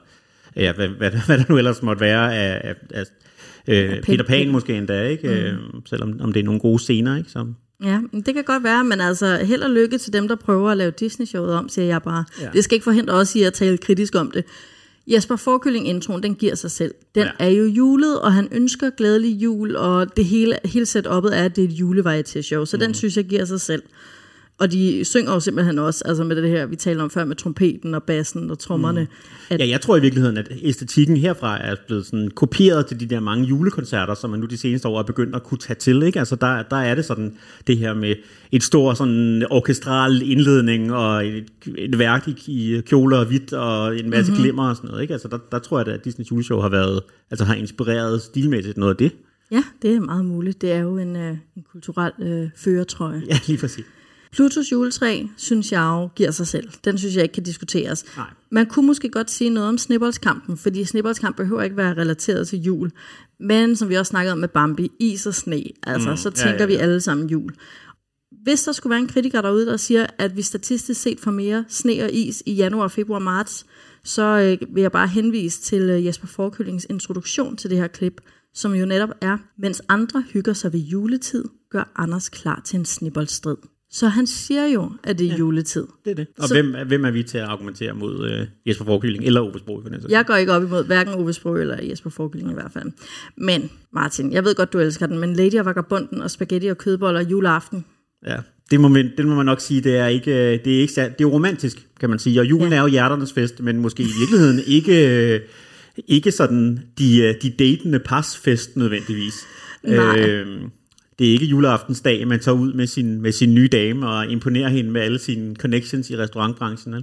ja, hvad, hvad, hvad der nu ellers måtte være af, af, af øh, Peter Pan måske endda, ikke? Mm. Øh, selvom om det er nogle gode scener, ikke? Så. Ja, det kan godt være, men altså held og lykke til dem, der prøver at lave Disney-showet om, siger jeg bare. Ja. Det skal ikke forhindre os i at tale kritisk om det. Jesper Fårekylling-introen, den giver sig selv. Den ja. er jo julet, og han ønsker glædelig jul, og det hele, hele setup'et er, at det er et julevarieté-show, så mm. den synes jeg giver sig selv. Og de synger jo simpelthen også, altså med det her, vi taler om før, med trompeten og bassen og trommerne. Mm. Ja, jeg tror i virkeligheden, at æstetikken herfra er blevet sådan kopieret til de der mange julekoncerter, som man nu de seneste år er begyndt at kunne tage til, ikke? Altså der, der er det sådan, det her med et stort sådan orkestral indledning, og et, et værk i kjoler og hvidt, og en masse mm-hmm. glimmer og sådan noget, ikke? Altså der, der tror jeg, at Disney juleshow har været, altså har inspireret stilmæssigt noget af det. Ja, det er meget muligt. Det er jo en, øh, en kulturel øh, førertrøje. Ja, lige præcis. Plutos juletræ, synes jeg jo, giver sig selv. Den synes jeg ikke kan diskuteres. Nej. Man kunne måske godt sige noget om snibboldskampen, fordi snibboldskamp behøver ikke være relateret til jul. Men som vi også snakkede om med Bambi, is og sne, altså mm, så tænker ja, ja, ja. vi alle sammen jul. Hvis der skulle være en kritiker derude, der siger, at vi statistisk set får mere sne og is i januar, februar og marts, så øh, vil jeg bare henvise til øh, Jesper Fårekyllings introduktion til det her klip, som jo netop er, mens andre hygger sig ved juletid, gør Anders klar til en snibboldstrid. Så han siger jo, at det er ja, juletid. Det er det. Og så, hvem, hvem er vi til at argumentere mod øh, Jesper Fårekylling eller Ove Sprogøe? Jeg går ikke op imod hverken Ove Sprogøe eller Jesper Fårekylling i hvert fald. Men Martin, jeg ved godt, du elsker den, men Lady og Vagabonden og spaghetti og kødboller juleaften. Ja, det må man, det må man nok sige, det er ikke, det er ikke, det er jo romantisk, kan man sige. Og julen ja. er jo hjerternes fest, men måske i virkeligheden ikke, ikke sådan de, de datende pasfest nødvendigvis. Nej. Øh, Det er ikke juleaftensdag, man tager ud med sin, med sin nye dame og imponerer hende med alle sine connections i restaurantbranchen.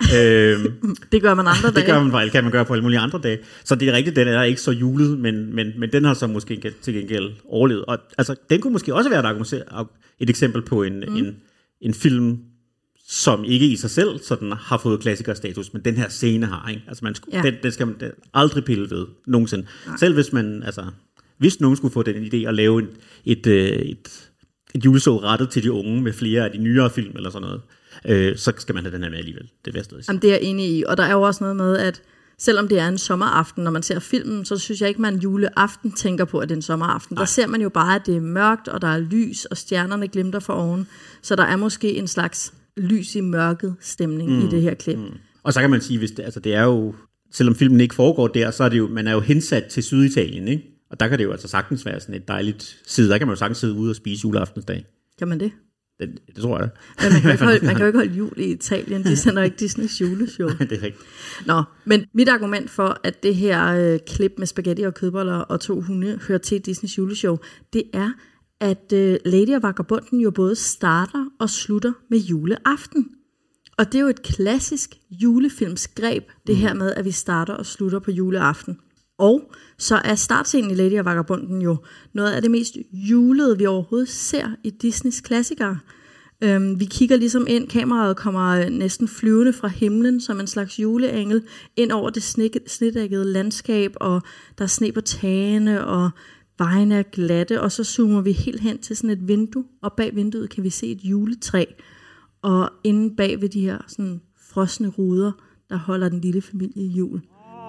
øhm, det gør man andre dage. Det gør man, kan man gøre på alle mulige andre dage. Så det er rigtigt, den er ikke så julet, men, men, men den har så måske til gengæld overlevet. Og altså, den kunne måske også være et, et eksempel på en, mm. en, en film, som ikke i sig selv sådan har fået klassikerstatus, men den her scene har, ikke? Altså, man skulle, ja. den, den skal man aldrig pille ved, nogensinde. Nej. Selv hvis man, altså... Hvis nogen skulle få den idé at lave et, et, et, et juleshow rettet til de unge med flere af de nyere film eller sådan noget, øh, så skal man have den her med alligevel. Det er jeg stadig sige. Jamen, det er jeg enig i, og der er jo også noget med, at selvom det er en sommeraften, når man ser filmen, så synes jeg ikke, man juleaften tænker på, at det er en sommeraften. Nej. Der ser man jo bare, at det er mørkt, og der er lys, og stjernerne glimter for oven. Så der er måske en slags lys i mørket stemning mm. i det her klip. Mm. Og så kan man sige, hvis det, altså det er jo, selvom filmen ikke foregår der, så er det jo, man er jo hensat til Syditalien, ikke? Og der kan det jo altså sagtens være sådan et dejligt side. Der kan man jo sagtens sidde ude og spise juleaftensdag. Kan man det? Det, det tror jeg. Men man kan, ikke holde, man kan jo ikke holde jul i Italien. De sender ikke Disneys juleshow. Nej, det er rigtigt. Nå, men mit argument for, at det her øh, klip med spaghetti og kødboller og to hunde hører til Disneys juleshow, det er, at øh, Lady og Vagabonden jo både starter og slutter med juleaften. Og det er jo et klassisk julefilmsgreb, det her med, at vi starter og slutter på juleaften. Og så er startscenen i Lady og Vagabonden jo noget af det mest julede, vi overhovedet ser i Disneys klassikere. Øhm, vi kigger ligesom ind, kameraet kommer næsten flyvende fra himlen som en slags juleengel ind over det snedækkede landskab, og der er sne på tagene, og vejene er glatte, og så zoomer vi helt hen til sådan et vindue, og bag vinduet kan vi se et juletræ, og inde bag ved de her sådan frosne ruder, der holder den lille familie jul.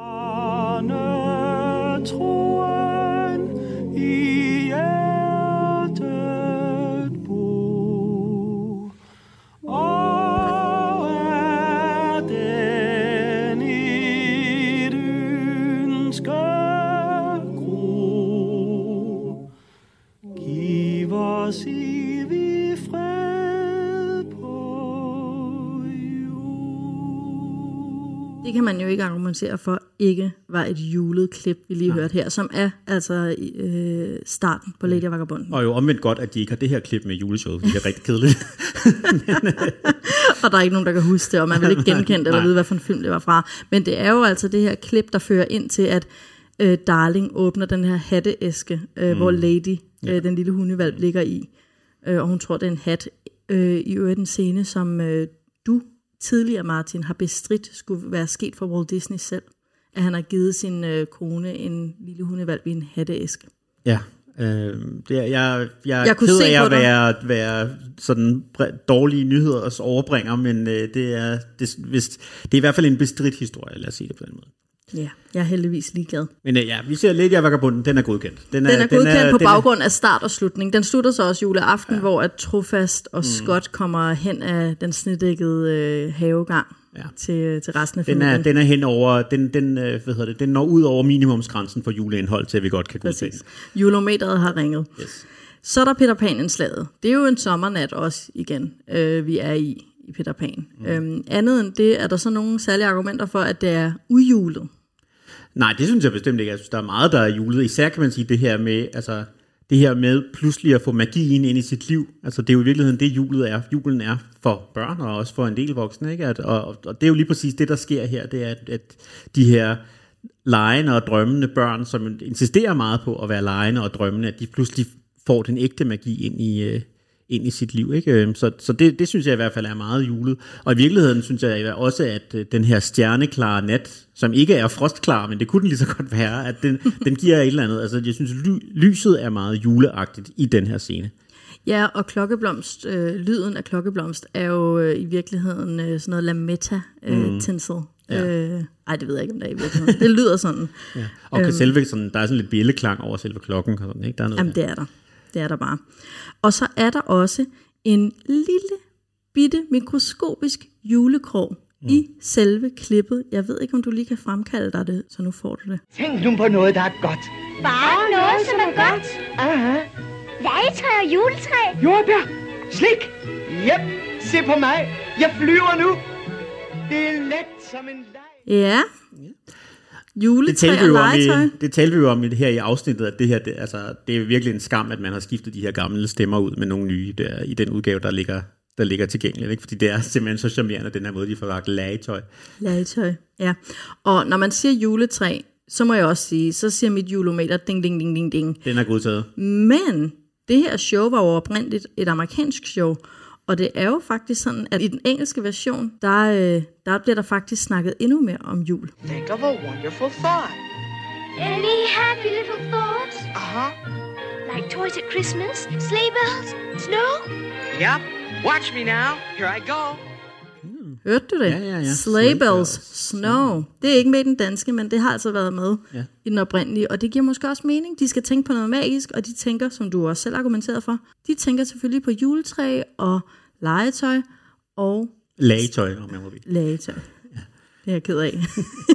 Troen i hjertet bo, og er den et ønske gro, giv os evig fred på jord. Det kan man jo ikke argumentere for ikke var et julet klip, vi lige ja. hørte her, som er altså øh, starten på Lady og Vagabonden. Og jo omvendt godt, at de ikke har det her klip med juleshowet, fordi det er rigtig kedeligt. Og der er ikke nogen, der kan huske det, og man vil ikke genkende eller vide, hvad for en film det var fra. Men det er jo altså det her klip, der fører ind til, at øh, Darling åbner den her hatteæske, øh, mm. hvor Lady, øh, ja. den lille hundevalp, ligger i. Øh, og hun tror, det er en hat. Øh, I øvrigt en scene, som øh, du tidligere, Martin, har bestridt skulle være sket for Walt Disney selv. At han har givet sin øh, kone en lille hundevalp i en hatteæske. Ja, øh, det er, jeg, jeg er ked af at være, være sådan dårlige nyheders overbringer, men øh, det, er, det, hvis, det er i hvert fald en bestridt historie, lad os sige det på den måde. Ja, jeg er heldigvis ligeglad. Men ja, vi ser lidt af Vagabunden, den er godkendt. Den er, den er godkendt den er, på den baggrund er... af start og slutning. Den slutter så også juleaften, ja. hvor at Trofast og Scott mm. kommer hen af den snedækkede øh, havegang. Ja. Til, til resten af filmen. Den er, den er hen over, den, den, hvad hedder det, den når ud over minimumsgrænsen for juleindhold, til at vi godt kan godkende. Julometeret har ringet. Yes. Så er der Peter Pan-indslaget. Det er jo en sommernat også igen, øh, vi er i, i Peter Pan. Mm. Øhm, andet end det, er der så nogle særlige argumenter for, at det er udjulet? Nej, det synes jeg bestemt ikke. Jeg synes, der er meget, der er julet. Især kan man sige det her med, altså det her med pludselig at få magien ind i sit liv. Altså det er jo i virkeligheden det, julet er. Julen er for børn og også for en del voksne. Ikke? At, og, og det er jo lige præcis det, der sker her. Det er, at, at de her legende og drømmende børn, som insisterer meget på at være legende og drømmende, at de pludselig får den ægte magi ind i, ind i sit liv. Ikke? Så, så det, det synes jeg i hvert fald er meget julet. Og i virkeligheden synes jeg også, at den her stjerneklare nat, som ikke er frostklar, men det kunne den lige så godt være, at den, den giver et eller andet. Altså jeg synes, ly, lyset er meget juleagtigt i den her scene. Ja, og klokkeblomst, øh, lyden af klokkeblomst er jo øh, i virkeligheden øh, sådan noget lametta-tinsel. Øh, mm. Ja. Øh, ej, det ved jeg ikke, om det er i virkeligheden. Det lyder sådan. Ja. Og øhm, selve, sådan, der er sådan lidt bjælleklang over selve klokken. Og sådan, ikke? Der er noget jamen, det er der. Det er der bare. Og så er der også en lille, bitte, mikroskopisk julekrog mm. i selve klippet. Jeg ved ikke, om du lige kan fremkalde dig det, så nu får du det. Tænk nu på noget, der er godt. Bare noget, som er godt. Aha. Legetøj og juletræ. Jordbær. Slik. Jep, se på mig. Jeg flyver nu. Det er let som en leg. Ja. Juletræ og legetøj. Det talte vi jo om her i afsnittet, at det her, det, altså, det er virkelig en skam, at man har skiftet de her gamle stemmer ud med nogle nye der, i den udgave, der ligger, der ligger tilgængeligt. Ikke? Fordi det er simpelthen så charmerende, den her måde, de får lagt legetøj. Legetøj, ja. Og når man siger juletræ, så må jeg også sige, så siger mit julometer ding, ding, ding, ding, ding. Den er godtaget. Men det her show var jo oprindeligt et amerikansk show, og det er jo faktisk sådan, at i den engelske version, der, øh, der bliver der faktisk snakket endnu mere om jul. Think of a wonderful thought. Any happy little thoughts? Uh-huh. Like toys at Christmas, sleigh bells, snow? Yep. Watch me now. Here I go. Hørte du det? Ja, ja, ja. Sleigh bells, snow. Det er ikke med i den danske, men det har altså været med ja. i den oprindelige. Og det giver måske også mening. De skal tænke på noget magisk, og de tænker, som du også selv argumenteret for, de tænker selvfølgelig på juletræ og legetøj og... Legetøj, om jeg må vide. Legetøj. Ja. Det er jeg ked af.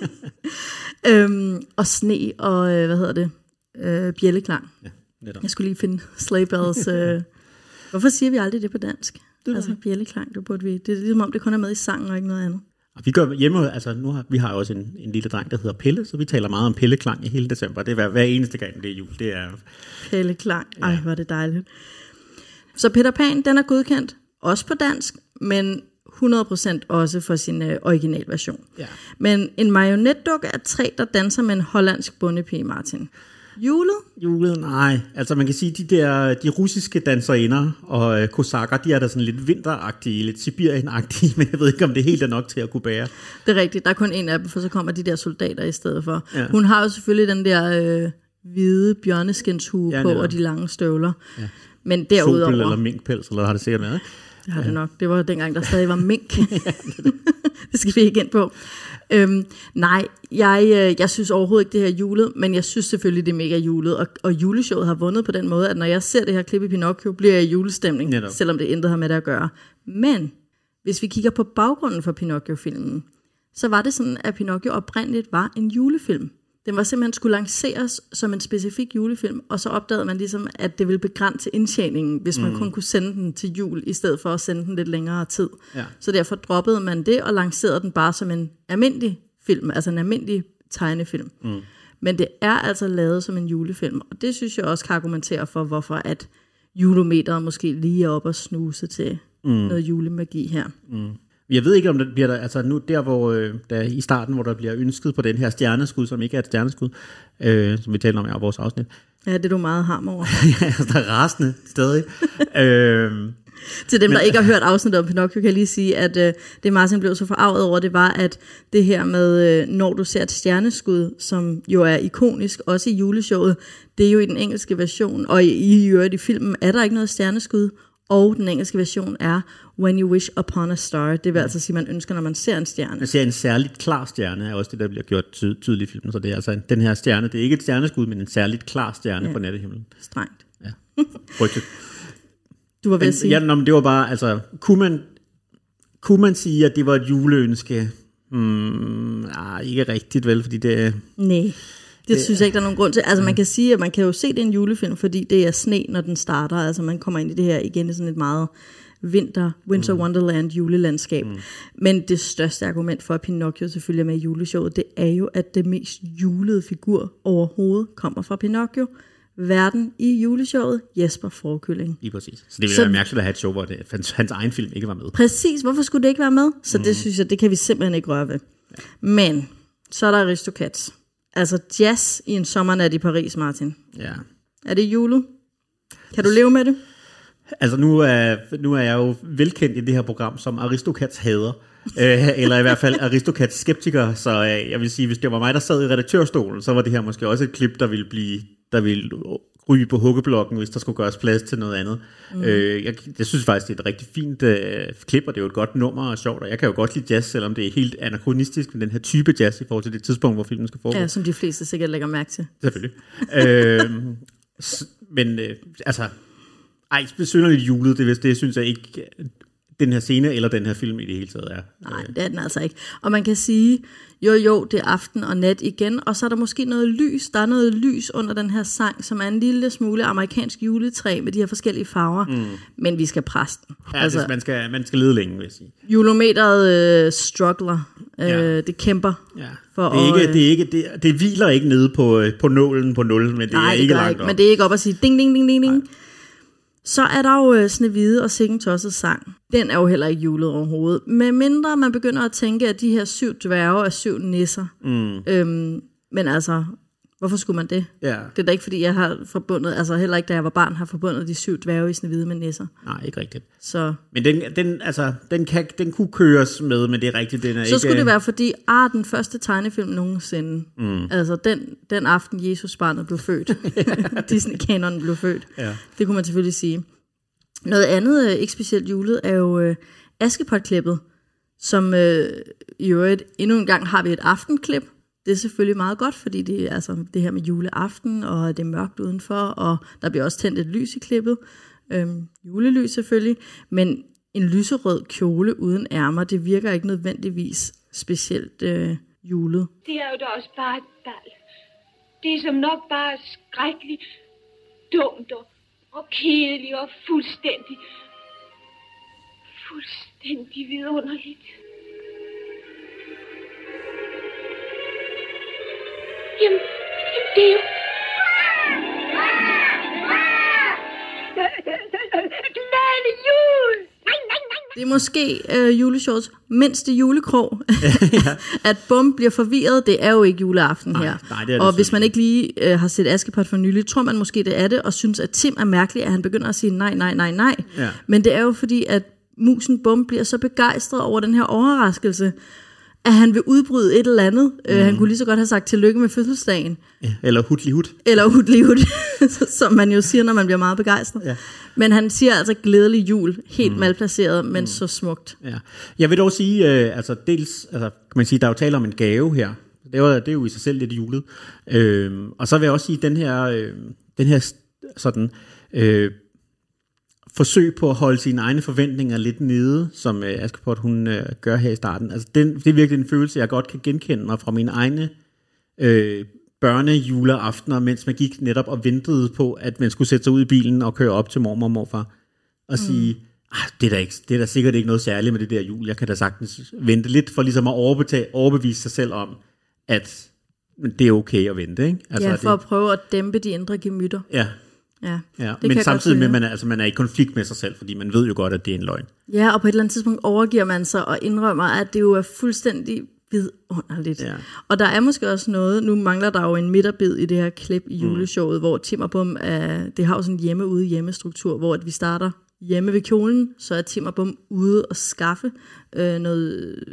øhm, og sne og, øh, hvad hedder det, øh, bjælleklang. Ja, netop. Jeg skulle lige finde sleigh bells. Øh. Hvorfor siger vi aldrig det på dansk? Altså bjælleklang, det burde vi. Det er ligesom om det kun er med i sangen og ikke noget andet. Og vi gør hjemme, altså nu har vi har også en, en lille dreng, der hedder Pelle, så vi taler meget om pelleklang i hele december. Det er hver, hver eneste gang, det er jul. Det er pelleklang. Ej, ja. Hvor er det dejligt. Så Peter Pan, den er godkendt, også på dansk, men hundrede procent også for sin øh, originalversion. Ja. Men en marionetdukke af træ, der danser med en hollandsk bondepige, Martin. Julet? Julet, nej. Altså man kan sige, de der de russiske danserinder og øh, kosakker, de er der sådan lidt vinteragtige, lidt Sibirien-agtige, men jeg ved ikke, om det helt er nok til at kunne bære. Det er rigtigt, der er kun en af dem, for så kommer de der soldater i stedet for. Ja. Hun har jo selvfølgelig den der øh, hvide bjørneskinshue ja, på, og de lange støvler. Ja. Men derudover... Sobel eller minkpels, eller har det sikkert været? Det har det nok. Det var dengang, der stadig var mink. ja, det, det skal vi ikke ind på. Øhm, nej, jeg, jeg synes overhovedet ikke, det her er julet, men jeg synes selvfølgelig, det er mega julet, og, og juleshowet har vundet på den måde, at når jeg ser det her klip i Pinocchio, bliver jeg i julestemning, Netop. selvom det intet har med det at gøre. Men hvis vi kigger på baggrunden for Pinocchio-filmen, så var det sådan, at Pinocchio oprindeligt var en julefilm. Den var simpelthen skulle lanceres som en specifik julefilm, og så opdagede man ligesom, at det ville begrænse indtjeningen, hvis man mm. kun kunne sende den til jul, i stedet for at sende den lidt længere tid. Ja. Så derfor droppede man det, og lancerede den bare som en almindelig film, altså en almindelig tegnefilm. Mm. Men det er altså lavet som en julefilm, og det synes jeg også kan argumentere for, hvorfor at julometeret måske lige er op og snuse til mm. noget julemagi her. Mm. Jeg ved ikke, om det bliver der, altså nu der, hvor øh, der i starten, hvor der bliver ønsket på den her stjerneskud, som ikke er et stjerneskud, øh, som vi taler om i vores afsnit. Ja, det er du meget harm over. ja, altså, der er rasende stadig. øh, Til dem, men, der ikke har hørt afsnittet om Pinocchio, kan jeg lige sige, at øh, det Martin blev så forarvet over, det var, at det her med, øh, når du ser et stjerneskud, som jo er ikonisk, også i juleshowet, det er jo i den engelske version, og i, i øvrigt i filmen, er der ikke noget stjerneskud, Og den engelske version er When You Wish Upon a Star. Det vil altså sige, man ønsker, når man ser en stjerne. Man ser en særligt klar stjerne, er også det, der bliver gjort ty- tydeligt i filmen. Så det er altså den her stjerne, det er ikke et stjerneskud, men en særligt klar stjerne ja. På nattehimlen. Strengt. Ja, frygteligt. Du var ved at sige. Ja, nå, men det var bare, altså, kunne man, kunne man sige, at det var et juleønske? Hmm, ah, ikke rigtigt vel, fordi det... Nej, det, det synes jeg ikke, der er nogen grund til. Altså man kan sige, at man kan jo se det er en julefilm, fordi det er sne, når den starter. Altså man kommer ind i det her igen i sådan et meget vinter, winter mm. wonderland julelandskab. Mm. Men det største argument for, at Pinocchio selvfølgelig er med i juleshowet, det er jo, at det mest julede figur overhovedet kommer fra Pinocchio. Verden i juleshowet, Jesper Fårekylling. Lige præcis. Så det ville så, være mærkeligt at have et show, hvor det, hans, hans egen film ikke var med. Præcis, hvorfor skulle det ikke være med? Så mm. det synes jeg, det kan vi simpelthen ikke røre ved. Ja. Men, så er der Aristocats. Altså jazz i en sommernat i Paris, Martin. Ja. Er det julet? Kan du leve med det? Altså nu er, nu er jeg jo velkendt i det her program som Aristocats hader. øh, eller i hvert fald Aristocats skeptiker. Så øh, jeg vil sige, hvis det var mig, der sad i redaktørstolen, så var det her måske også et klip, der ville blive... der ville ryge på huggeblokken, hvis der skulle gøres plads til noget andet. Mm. Øh, jeg, jeg synes faktisk, det er et rigtig fint øh, klip, og det er jo et godt nummer og sjovt, og jeg kan jo godt lide jazz, selvom det er helt anachronistisk med den her type jazz i forhold til det tidspunkt, hvor filmen skal foregå. Ja, som de fleste sikkert lægger mærke til. Selvfølgelig. øh, men øh, altså, ej, besynderligt julet, det, det synes jeg ikke, den her scene eller den her film i det hele taget er. Nej, det er den altså ikke. Og man kan sige, jo jo, det er aften og nat igen, og så er der måske noget lys, der er noget lys under den her sang, som er en lille smule amerikansk juletræ med de her forskellige farver, mm. men vi skal presse den. Ja, altså, det, man, skal, man skal lede længe, vil jeg sige. Julometeret øh, struggler, øh, ja. det kæmper. Ja. For det, er ikke, at, det, er ikke, det, det hviler ikke nede på, på nålen på nul, men det nej, er det ikke langt ikke, op. Men det er ikke op at sige ding, ding, ding, ding, ding. Så er der jo øh, Snehvide og Sikken Tosset sang. Den er jo heller ikke julet overhovedet. Med mindre man begynder at tænke, at de her syv dværge er syv nisser. Mm. Øhm, men altså, hvorfor skulle man det? Ja. Det er da ikke, fordi jeg har forbundet, altså heller ikke da jeg var barn, har forbundet de syv dværge i Snehvide med nisser. Nej, ikke rigtigt. Så. Men den, den, altså, den, kan, den kunne køres med, men det er rigtigt, den er så ikke... skulle det være, fordi ah, den første tegnefilm nogensinde, mm. altså den, den aften Jesus barnet blev født, Disney-kanonen blev født, ja. Det kunne man selvfølgelig sige. Noget andet, ikke specielt julet, er jo øh, Askepot-klippet, som øh, i øvrigt endnu en gang har vi et aftenklip. Det er selvfølgelig meget godt, fordi det er altså, det her med juleaften, og det er mørkt udenfor, og der bliver også tændt et lys i klippet. Øhm, julelys selvfølgelig, men en lyserød kjole uden ærmer, det virker ikke nødvendigvis specielt øh, julet. Det er jo da også bare et bal. Det er som nok bare skrækkeligt dumt og og kedelig og fuldstændig, fuldstændig vidunderligt. Jamen, jamen det er jo... Glædelig jul! Nej, nej, nej! Det er måske øh, juleshows mindste julekrog, ja. At Bum bliver forvirret. Det er jo ikke juleaften nej, her. Nej, det det og hvis man ikke lige øh, har set Askepot for nylig, tror man måske, det er det, og synes, at Tim er mærkelig, at han begynder at sige nej, nej, nej, nej. Ja. Men det er jo fordi, at musen Bum bliver så begejstret over den her overraskelse, at han vil udbryde et eller andet. Mm. Øh, han kunne lige så godt have sagt tillykke med fødselsdagen. Ja, eller hudlig hud. Eller hudlig hud, som man jo siger, når man bliver meget begejstret. Ja. Men han siger altså glædelig jul, helt mm. malplaceret, men mm. så smukt. Ja. Jeg vil dog sige, øh, altså dels, altså, kan man sige, der er jo tale om en gave her. Det er jo, det er jo i sig selv lidt julet. Øh, og så vil jeg også sige, den her, øh, den her sådan... Øh, forsøg på at holde sine egne forventninger lidt nede, som øh, Askepot hun øh, gør her i starten. Altså, den, det er virkelig en følelse, jeg godt kan genkende mig fra mine egne øh, børnejuleaftener, mens man gik netop og ventede på, at man skulle sætte sig ud i bilen og køre op til mormor og morfar og mm. sige, ah, det, er da ikke, det er da sikkert ikke noget særligt med det der jul. Jeg kan da sagtens vente lidt for ligesom at overbevise sig selv om, at det er okay at vente. Ikke? Altså, ja, for det, at prøve at dæmpe de indre gemytter. Ja. Ja, ja, men samtidig med, at man er, altså, man er i konflikt med sig selv, fordi man ved jo godt, at det er en løgn. Ja, og på et eller andet tidspunkt overgiver man sig og indrømmer, at det jo er fuldstændig vidunderligt. Ja. Og der er måske også noget, nu mangler der jo en midterbid i det her klip i juleshowet, mm. hvor Tim og Bum, er, det har jo sådan en hjemme-ude-hjemme-struktur, hvor at vi starter hjemme ved kjolen, så er Tim og Bum ude og skaffe øh, noget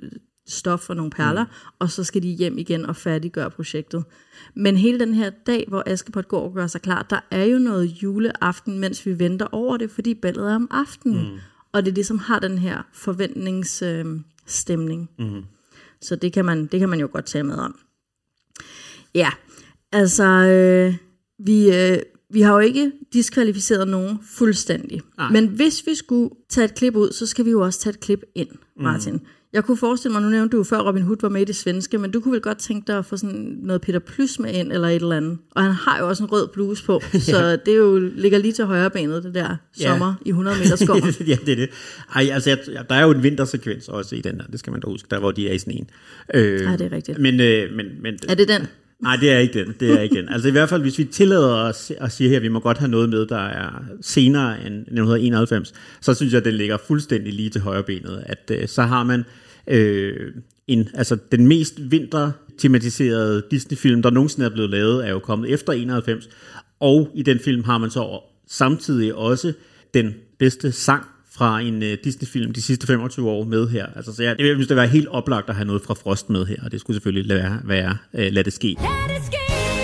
stof og nogle perler, mm. og så skal de hjem igen og færdiggøre projektet. Men hele den her dag, hvor Askepot går og gør sig klar, der er jo noget juleaften, mens vi venter over det, fordi ballet er om aftenen. Mm. Og det er det, som har den her forventningsstemning. Øh, mm. Så det kan, man, det kan man jo godt tage med om. Ja, altså, øh, vi, øh, vi har jo ikke diskvalificeret nogen fuldstændig. Ej. Men hvis vi skulle tage et klip ud, så skal vi jo også tage et klip ind, Martin. Mm. Jeg kunne forestille mig, nu nævnte du før, Robin Hood var med i det svenske, men du kunne vel godt tænke dig at få sådan noget Peter Plys med ind, eller et eller andet. Og han har jo også en rød bluse på, ja. Så det jo ligger lige til højre benet, det der sommer ja. I hundrede meter skov. Ja, det er det. Ej, altså, jeg, der er jo en vintersekvens også i den der, det skal man da huske, der hvor de er i sneen. Øh, ja, det er rigtigt. Men, øh, men, men, er det den? Nej, det er ikke den. Det er ikke den. Altså i hvert fald, hvis vi tillader os at sige her, at vi må godt have noget med, der er senere end nitten enoghalvfems, så synes jeg, at det ligger fuldstændig lige til højre benet. At øh, så har man øh, en, altså den mest vintertematiserede Disney-film, der nogensinde er blevet lavet, er jo kommet efter enoghalvfems. Og i den film har man så samtidig også den bedste sang fra en uh, Disney-film de sidste femogtyve år med her. Altså, så jeg, jeg synes, det var helt oplagt at have noget fra Frost med her, og det skulle selvfølgelig være, være uh, lad det ske. Lad det ske!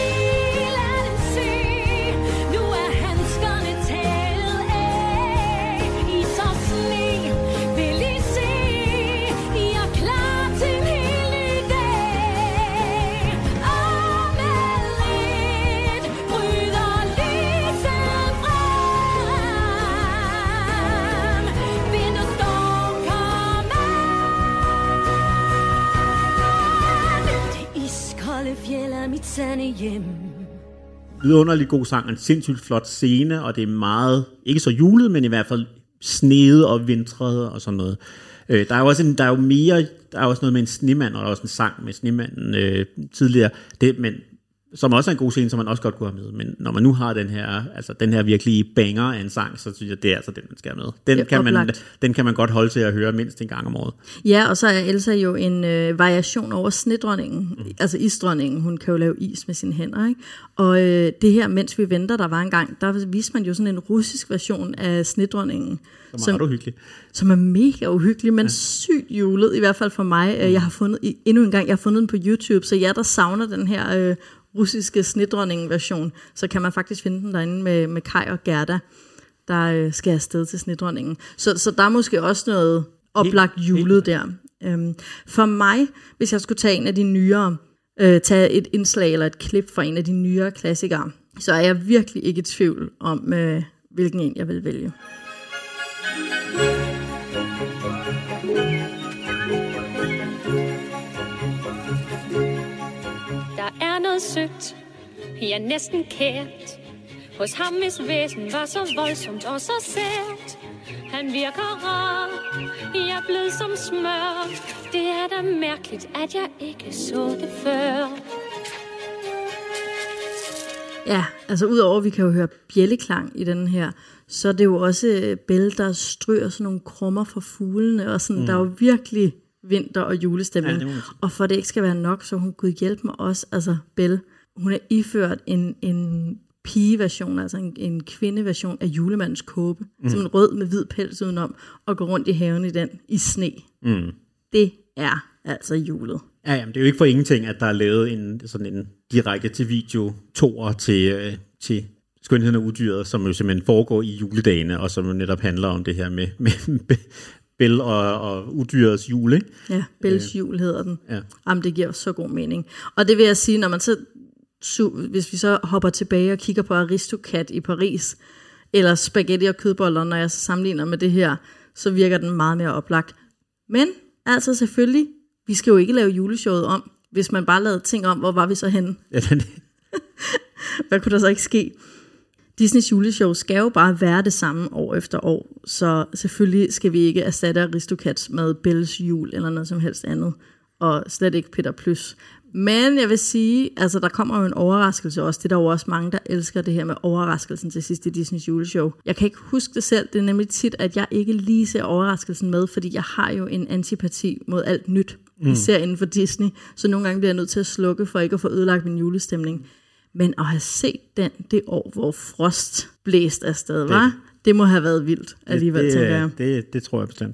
Vidunderlig god sang, en sindssygt flot scene, og det er meget, ikke så julet, men i hvert fald sneet og vintret og sådan noget. Øh, der er jo også en, der er jo mere, der er også noget med en snemand, og der er også en sang med snemanden øh, tidligere, det, men som også er en god scene, som man også godt kunne have med. Men når man nu har den her, altså den her virkelig banger af en sang, så synes jeg, det er altså den, man skal have med. Den, kan man, den kan man godt holde til at høre mindst en gang om året. Ja, og så er Elsa jo en øh, variation over snedronningen, mm. altså isdronningen. Hun kan jo lave is med sine hænder, ikke? Og øh, det her, mens vi venter, der var en gang, der viste man jo sådan en russisk version af snedronningen. Som er som, uhyggelig. Som er mega uhyggelig, men ja. Sygt julet, i hvert fald for mig. Mm. Jeg har fundet, endnu en gang, jeg har fundet den på YouTube, så jeg der savner den her... Øh, russiske snedronningen-version, så kan man faktisk finde den derinde med, med Kai og Gerda, der øh, skal afsted til snedronningen. Så, så der er måske også noget oplagt julet der. Øhm, for mig, hvis jeg skulle tage en af de nyere, øh, tage et indslag eller et klip fra en af de nyere klassikere, så er jeg virkelig ikke i tvivl om, øh, hvilken en jeg vil vælge. Sødt, ja næsten kært. Hos ham hvis væsen var så voldsomt og så sært. Han virker rar, jeg er blevet som smør. Det er da mærkeligt, at jeg ikke så det før. Ja, altså udover at vi kan jo høre bjælleklang i den her, så er det jo også Belle, der stryger sådan nogle krummer fra fuglene, og sådan, mm. der er jo virkelig vinter- og julestemning. Ja, og for det ikke skal være nok, så hun kunne hjælpe mig også, altså Belle, hun er iført en, en pigeversion, altså en, en kvindeversion af julemandens kåbe, mm. som en rød med hvid pels udenom, og går rundt i haven i den, i sne. Mm. Det er altså julet. Ja, jamen, det er jo ikke for ingenting, at der er lavet en, sådan en direkte til video toer til, øh, til Skønheden og Udyret, som jo simpelthen foregår i juledagene, og som jo netop handler om det her med, med Belle og, og Udyrets jul, ikke? Ja, Belles jul hedder den. Ja. Jamen, det giver så god mening. Og det vil jeg sige, når man så, hvis vi så hopper tilbage og kigger på Aristocat i Paris, eller spaghetti og kødboller, når jeg så sammenligner med det her, så virker den meget mere oplagt. Men altså selvfølgelig, vi skal jo ikke lave juleshowet om, hvis man bare lavede ting om, hvor var vi så henne? Ja, hvad kunne der så ikke ske? Disneys juleshow skal jo bare være det samme år efter år, så selvfølgelig skal vi ikke erstatte Aristocats med Belles jul eller noget som helst andet, og slet ikke Peter Plys. Men jeg vil sige, altså der kommer jo en overraskelse også, det er der jo også mange, der elsker det her med overraskelsen til sidst i Disneys juleshow. Jeg kan ikke huske det selv, det er nemlig tit, at jeg ikke lige ser overraskelsen med, fordi jeg har jo en antipati mod alt nyt, mm. især inden for Disney, så nogle gange bliver jeg nødt til at slukke, for ikke at få ødelagt min julestemning. Men at have set den det år, hvor Frost blæste afsted, var, det, det må have været vildt alligevel, det, tænker jeg. Det, det tror jeg bestemt.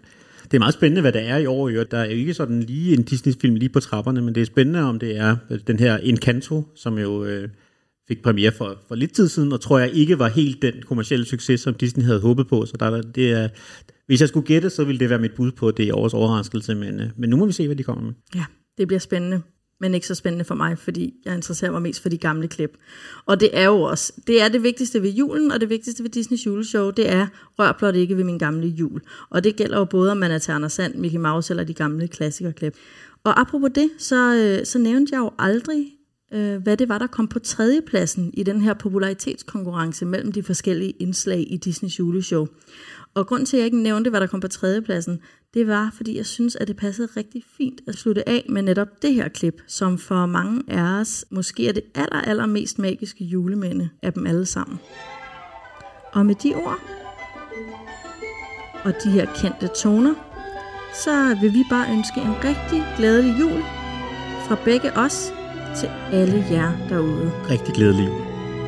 Det er meget spændende, hvad der er i år. Der er jo ikke sådan lige en Disney-film lige på trapperne, men det er spændende, om det er den her Encanto, som jo øh, fik premiere for, for lidt tid siden, og tror jeg ikke var helt den kommercielle succes, som Disney havde håbet på. Så der, det er, hvis jeg skulle gætte, så ville det være mit bud på det års overraskelse, men, øh, men nu må vi se, hvad de kommer med. Ja, det bliver spændende. Men ikke så spændende for mig, fordi jeg interesserer mig mest for de gamle klip. Og det er jo også, det er det vigtigste ved julen, og det vigtigste ved Disneys juleshow, det er, rør blot ikke ved min gamle jul. Og det gælder jo både, om man er til Anders Sand, Mickey Mouse eller de gamle klassikerklip. Og apropos det, så, så nævnte jeg jo aldrig, øh, hvad det var, der kom på tredjepladsen i den her popularitetskonkurrence mellem de forskellige indslag i Disneys juleshow. Og grunden til, at jeg ikke nævnte, hvad der kom på tredjepladsen, det var, fordi jeg synes, at det passede rigtig fint at slutte af med netop det her klip, som for mange af os måske er det aller, aller mest magiske juleminde af dem alle sammen. Og med de ord og de her kendte toner, så vil vi bare ønske en rigtig glædelig jul fra begge os til alle jer derude. Rigtig glædelig jul.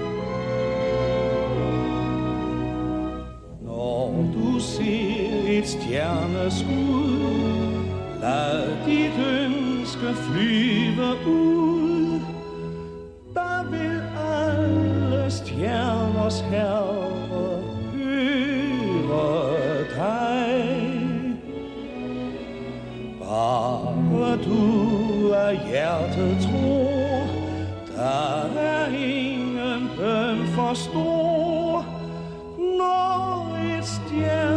Du ser et stjerneskud, lad dit ønske flyve ud. Der vil alle stjerners herre høre dig. Bare du af hjertet tror, der er ingen bøn for stor. Når et stjerne